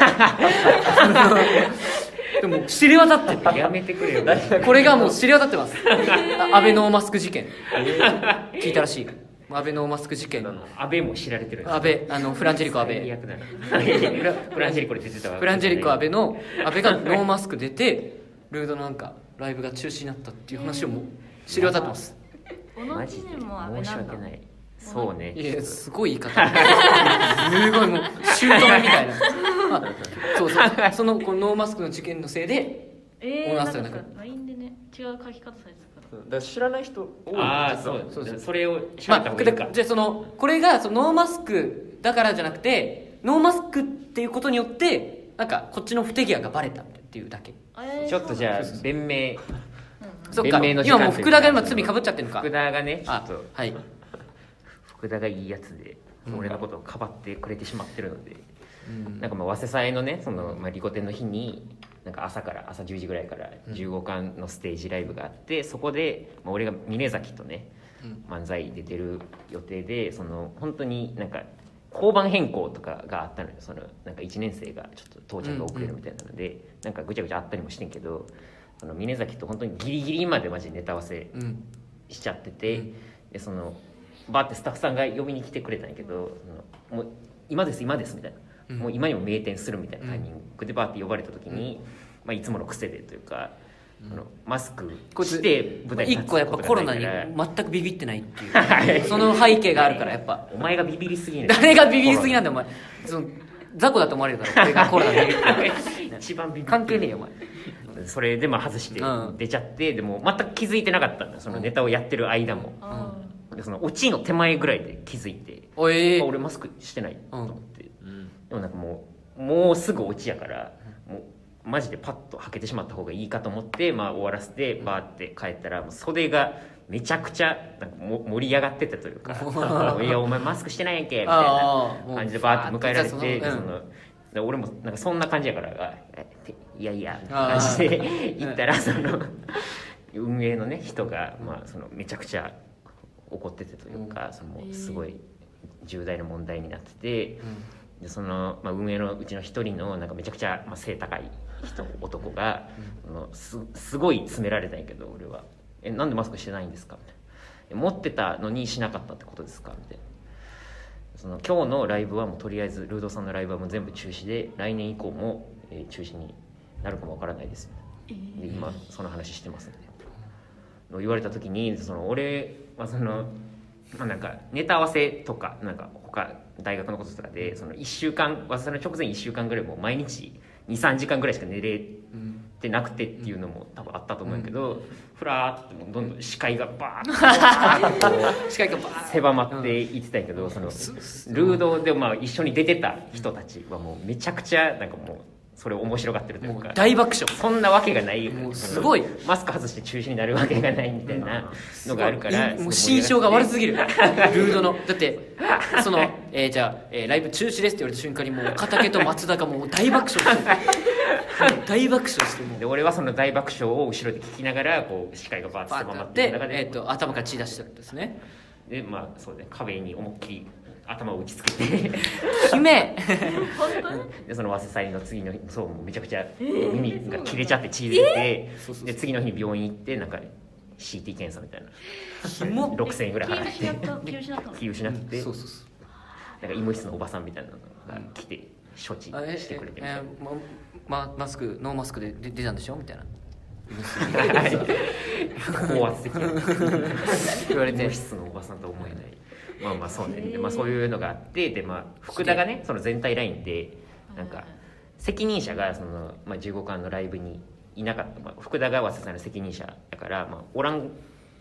でも知れ渡ってる。 やめてくれよ。 これがもう知れ渡ってます。あアベノーマスク事件聞いたらしい。アベノーマスク事件。 アベも知られてる。 アベあのフランジェリコアベ。 最悪だな。フランジェリコで出てたわ。 フランジェリコアベのアベがノーマスク出てルードのなんかライブが中止になったっていう話をもう知れ渡ってます。 小野知マジで念も安倍申しなんだ訳ない。そうね。 いやすごい言い方すごいもう姑みたいなあそうそうそのこのノーマスクの事件のせいでえー、 オーナーなんかささんがライン でね違う書き方されてたからだから知らない人多い。 ああそうそうそうそれを知まあった方がいいか。 じゃあそのこれがそのノーマスクだからじゃなくてノーマスクっていうことによってなんかこっちの不手際がバレたっていうだけ。 えーちょっとじゃあ弁明そっか弁明の時間今もう福田が今罪かぶっちゃってるのか。 福田がねちょあっとはい福田がいいやつでうん俺のことをかばってくれてしまってるので、 うんなんかまあ早稲祭のねその、まあ、リコ展の日になんか朝から朝じゅうじぐらいからじゅうごかんのステージライブがあって、そこで、まあ、俺が峰崎とねうん漫才出てる予定で、その本当になんか交番変更とかがあったのよ。そのなんかいちねん生がちょっと到着が遅れるみたいなので、なんかぐちゃぐちゃあったりもしてんけど、その峰崎と本当にギリギリまでマジでネタ合わせうんしちゃってて、 うんでそのバーってスタッフさんが呼びに来てくれたんやけど、そのもう今です今ですみたいな、 うんもう今にも名店するみたいなタイミングでバーって呼ばれた時に、まあ、いつもの癖でというか、あのマスクこいつして舞台に立つ一個やっぱことコロナにがないから全くビビってないっていうその背景があるからやっぱお前がビビりすぎね誰がビビりすぎなんだよお前その雑魚だと思われるだろこれがコロナでビビってる一番ビビって関係ねえよお前。 それでまあ外してうん出ちゃって、でも全く気づいてなかったんだ、そのネタをやってる間も、 あでそのオチの手前ぐらいで気づいて、 おえあ俺マスクしてないとうん思って、でもなんかもうもうすぐオチやからもうマジでパッとはけてしまった方がいいかと思って、まあ、終わらせてバーって帰ったらもう袖がめちゃくちゃなんかも盛り上がってたというか「いやお前マスクしてないやんけ」みたいな感じでバーって迎えられて、でうんそので俺もなんかそんな感じやから「あえいやいや」みたいな感じで行ったらその運営のね人が、まあ、そのめちゃくちゃ怒っててというか、そのもうすごい重大な問題になってて。でその、まあ、運営のうちの一人のなんかめちゃくちゃ、まあ、背高い人男が、うん、のすすごい詰められたんやけど俺は「えなんでマスクしてないんですか?」みたいな「持ってたのにしなかったってことですか?」みたいな。その今日のライブはもうとりあえずルードさんのライブはもう全部中止で来年以降も、えー、中止になるかもわからないですみたいな。で今その話してますんでの言われた時にその俺はその、まあ、なんかネタ合わせとかなんか他大学のこととかでそのいっしゅうかん私の直前いっしゅうかんぐらいもう毎日にさんじかんぐらいしか寝れてなくてっていうのも多分あったと思うんやけど、ふらーっともうどんどん視界がバーッとこう視界がバーッ狭まっていってたんやけど、そのルードでまあ一緒に出てた人たちはもうめちゃくちゃなんかもうそれを面白がってるというもうか大爆笑そんなわけがないもうすごいマスク外して中止になるわけがないみたいなのがあるからもう心象が悪すぎるルードのだってその、えー、じゃあ、えー、ライブ中止ですって言われた瞬間にもう岡武と松田がもう大爆笑してる大爆笑してもうで俺はその大爆笑を後ろで聞きながらこう視界がバーッとバー狭まッてやって、 っていく中で、 えー、と頭から血出してるんですねでまあそうね壁に思いっきり頭を打ちつけて姫でその早稲祭の次の日そうもうめちゃくちゃ耳が切れちゃって血出て、で次の日に病院行ってなんか シーティー 検査みたいなろくせんえんぐらい払って気失った気失ったの気失ってそうそうそうなんか医務室のおばさんみたいなのが来て処置あえしてくれてみたいな、 えーままマスクノーマスクで出出たんでしょみたいな高圧的な言われて医務室のおばさんとは思えないまあまあそうね、でまあ、そういうのがあってで、まあ、福田がねその全体ラインでなんか責任者がその、まあ、じゅうごかんのライブにいなかった、まあ、福田が早稲さんの責任者だから、まあ、おらん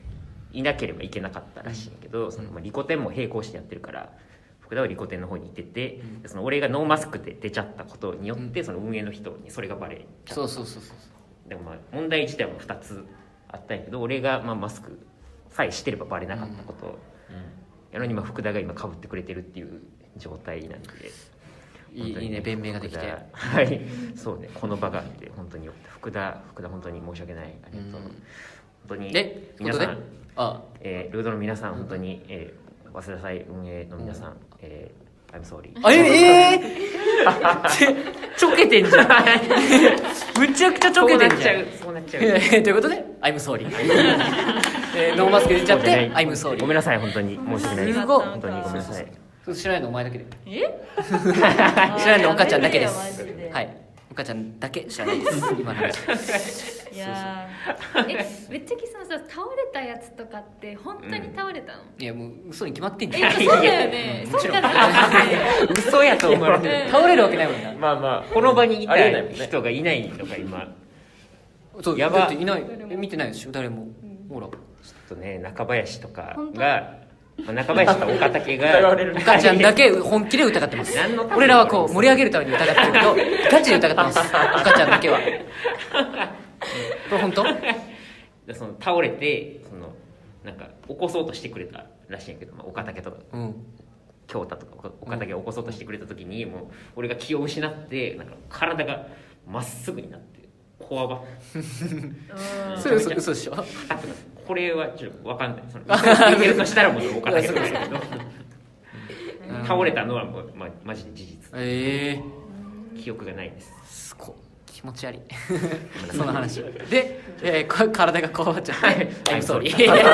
いなければいけなかったらしいんやけど、そのまあリコ展も並行してやってるから福田はリコ展の方に行ってて、うん、その俺がノーマスクで出ちゃったことによって、うん、その運営の人にそれがバレちゃった。 そうそうそうそうでもまあ問題自体もふたつあったんやけど、俺がまあマスクさえしてればバレなかったこと、うん、やのにまあ福田が今被ってくれてるっていう状態なんで、 いい, いいね弁明ができて、 はいそうね、この場があって本当によかった。福田福田本当に申し訳ない、ありがとう、うん、本当にで皆さんあ、 えー、ルードの皆さん本当に、えー、早稲田祭運営の皆さん、うん、えー、I'm sorry。 あええー、ちょけてんじゃんむちゃくちゃちょけてんじゃん。 そうなっちゃうそうなっちゃうということで I'm sorry えー、ノーマスク出ちゃって I'm sorry。 ごめんなさい本当に申し訳ないです。 すごい本当にごめんなさい。 知らないのお前だけで。 え知らないのお母ちゃんだけでマす。 ジではいお母ちゃんだけ知らないです今の話。 いやえめっちゃきさんさ倒れたやつとかって本当に倒れたの？ いやもう嘘に決まってんじゃん。 えそうだよね。そうじゃない嘘やと思われてる。 倒れるわけないもんな。 まあまあこの場にいた人がいないのが今そうやば。だっていないえ見てないでしょ誰も、うん、ほらちょっとね中林とかが、まあ、中林と岡武がお母ちゃんだけ本気で疑ってます。俺らはこう盛り上げるために疑ってるけどガチで疑ってます。お母ちゃんだけはこれ本当？ その倒れてそのなんか起こそうとしてくれたらしいんやけど、まあ、岡武とか、うん、京太とか岡武が起こそうとしてくれた時に、うん、もう俺が気を失ってなんか体がまっすぐになってこわばそれ嘘嘘でしょ。 これはちょっと分かんない。その言ってるとしたらもう岡武なんだけど倒れたのはもう、まあ、マジで事実。 ええー、記憶がないです。 すごい気持ち悪いその話で、えー、体がこわばっちゃってI'm sorry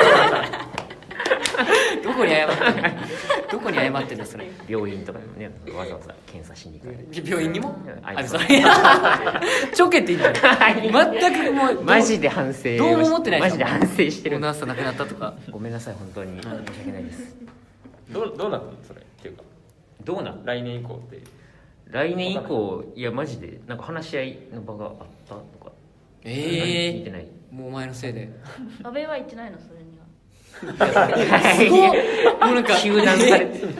どこに謝ってんのどこに謝ってんのそれ。 病院とかでもねわざわざ検査しに行く。 病院にもI'm sorry ちょけていいんだよ全くもうマジで反省どうも思ってないマジで反省してる。 おナース亡くなったとかごめんなさい本当に申し訳ないです。 どうどうなったのそれっていうかどうなった来年以降って。 来年以降いやマジでなんか話し合いの場があったとか。 ええー、 聞いてない。 もうお前のせいで安倍は言ってないのそれには。 すごいもうなんか糾弾されてる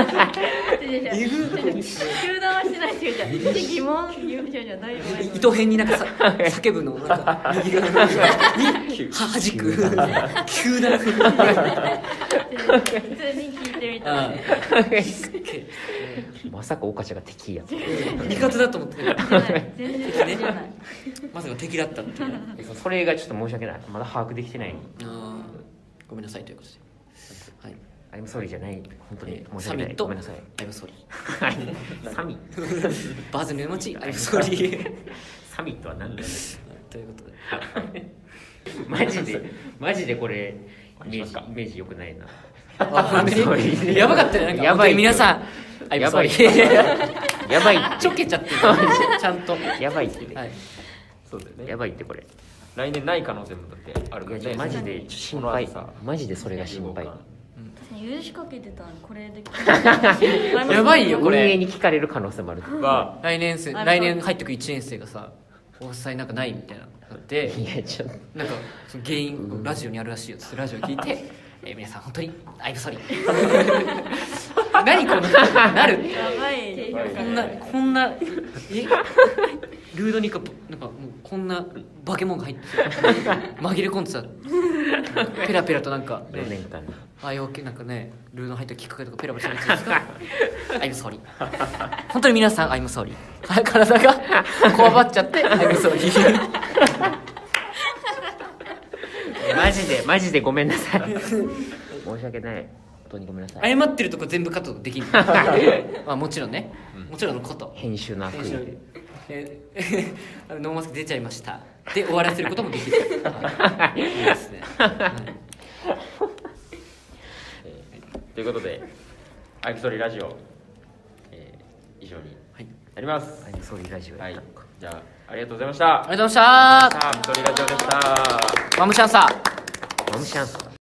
糾弾はしてない違う違う疑問言うじゃじゃだいぶ糸編になんかさ叫ぶのなんか右側にはじく糾弾する普通に聞いてみたい。 まさか岡ちゃんが敵やった。 味方だと思って全然敵じゃない。 まさか敵だったっていう。 それがちょっと申し訳ない。まだ把握できてない。 あごめんなさいということで。はい。 I'm sorry じゃない本当に申し訳ない。ごめんなさい。I'm sorry。サミット。バズの絵文字 I'm sorry。 サミットは何だよ。 ということで。 マジでマジでこれイメージイメージ良くないな。 やばかったね。やばい皆さん。 やばいやばいちょけちゃってるちゃんとやばいってね、 はい、 そうだよね。 やばいってこれ来年ない可能性もだってあるからね。 マジで心配マジでそれが心配。 許しかけてたのこれでやばいよこれ。 運営に聞かれる可能性もある。 来年生来年入ってくいちねん生がさお祭なんかないみたいなだっていやちょっとなんかその原因ラジオにあるらしいよってラジオ聞いてえー、皆さん本当にI'm sorry 何このなるやばいこんなこんなえルードにかなんかもうこんな化け物が入って紛れ込んでさペラペラとなんか、 ね、年間ああいうなんかねルードの入ったきっかけとかペラペラしゃべってるんですがI'm sorry 本当に皆さんI'm sorry 体がこわばっちゃってI'm sorry マジでマジでごめんなさい申し訳ない本当にごめんなさい。 謝ってるとこ全部カットできるまあもちろんね、うん、もちろんのこと編集の悪意でえー、ノーマスク出ちゃいましたで終わらせることもできるいいですね、はいえー、ということでアイムソリラジオ、えー、以上になります。 アイムソリラジオ、 はい、じゃあありがとうございました。 ありがとうございました。 アイムソリラジオでした。 マムシャンサマムシャンサ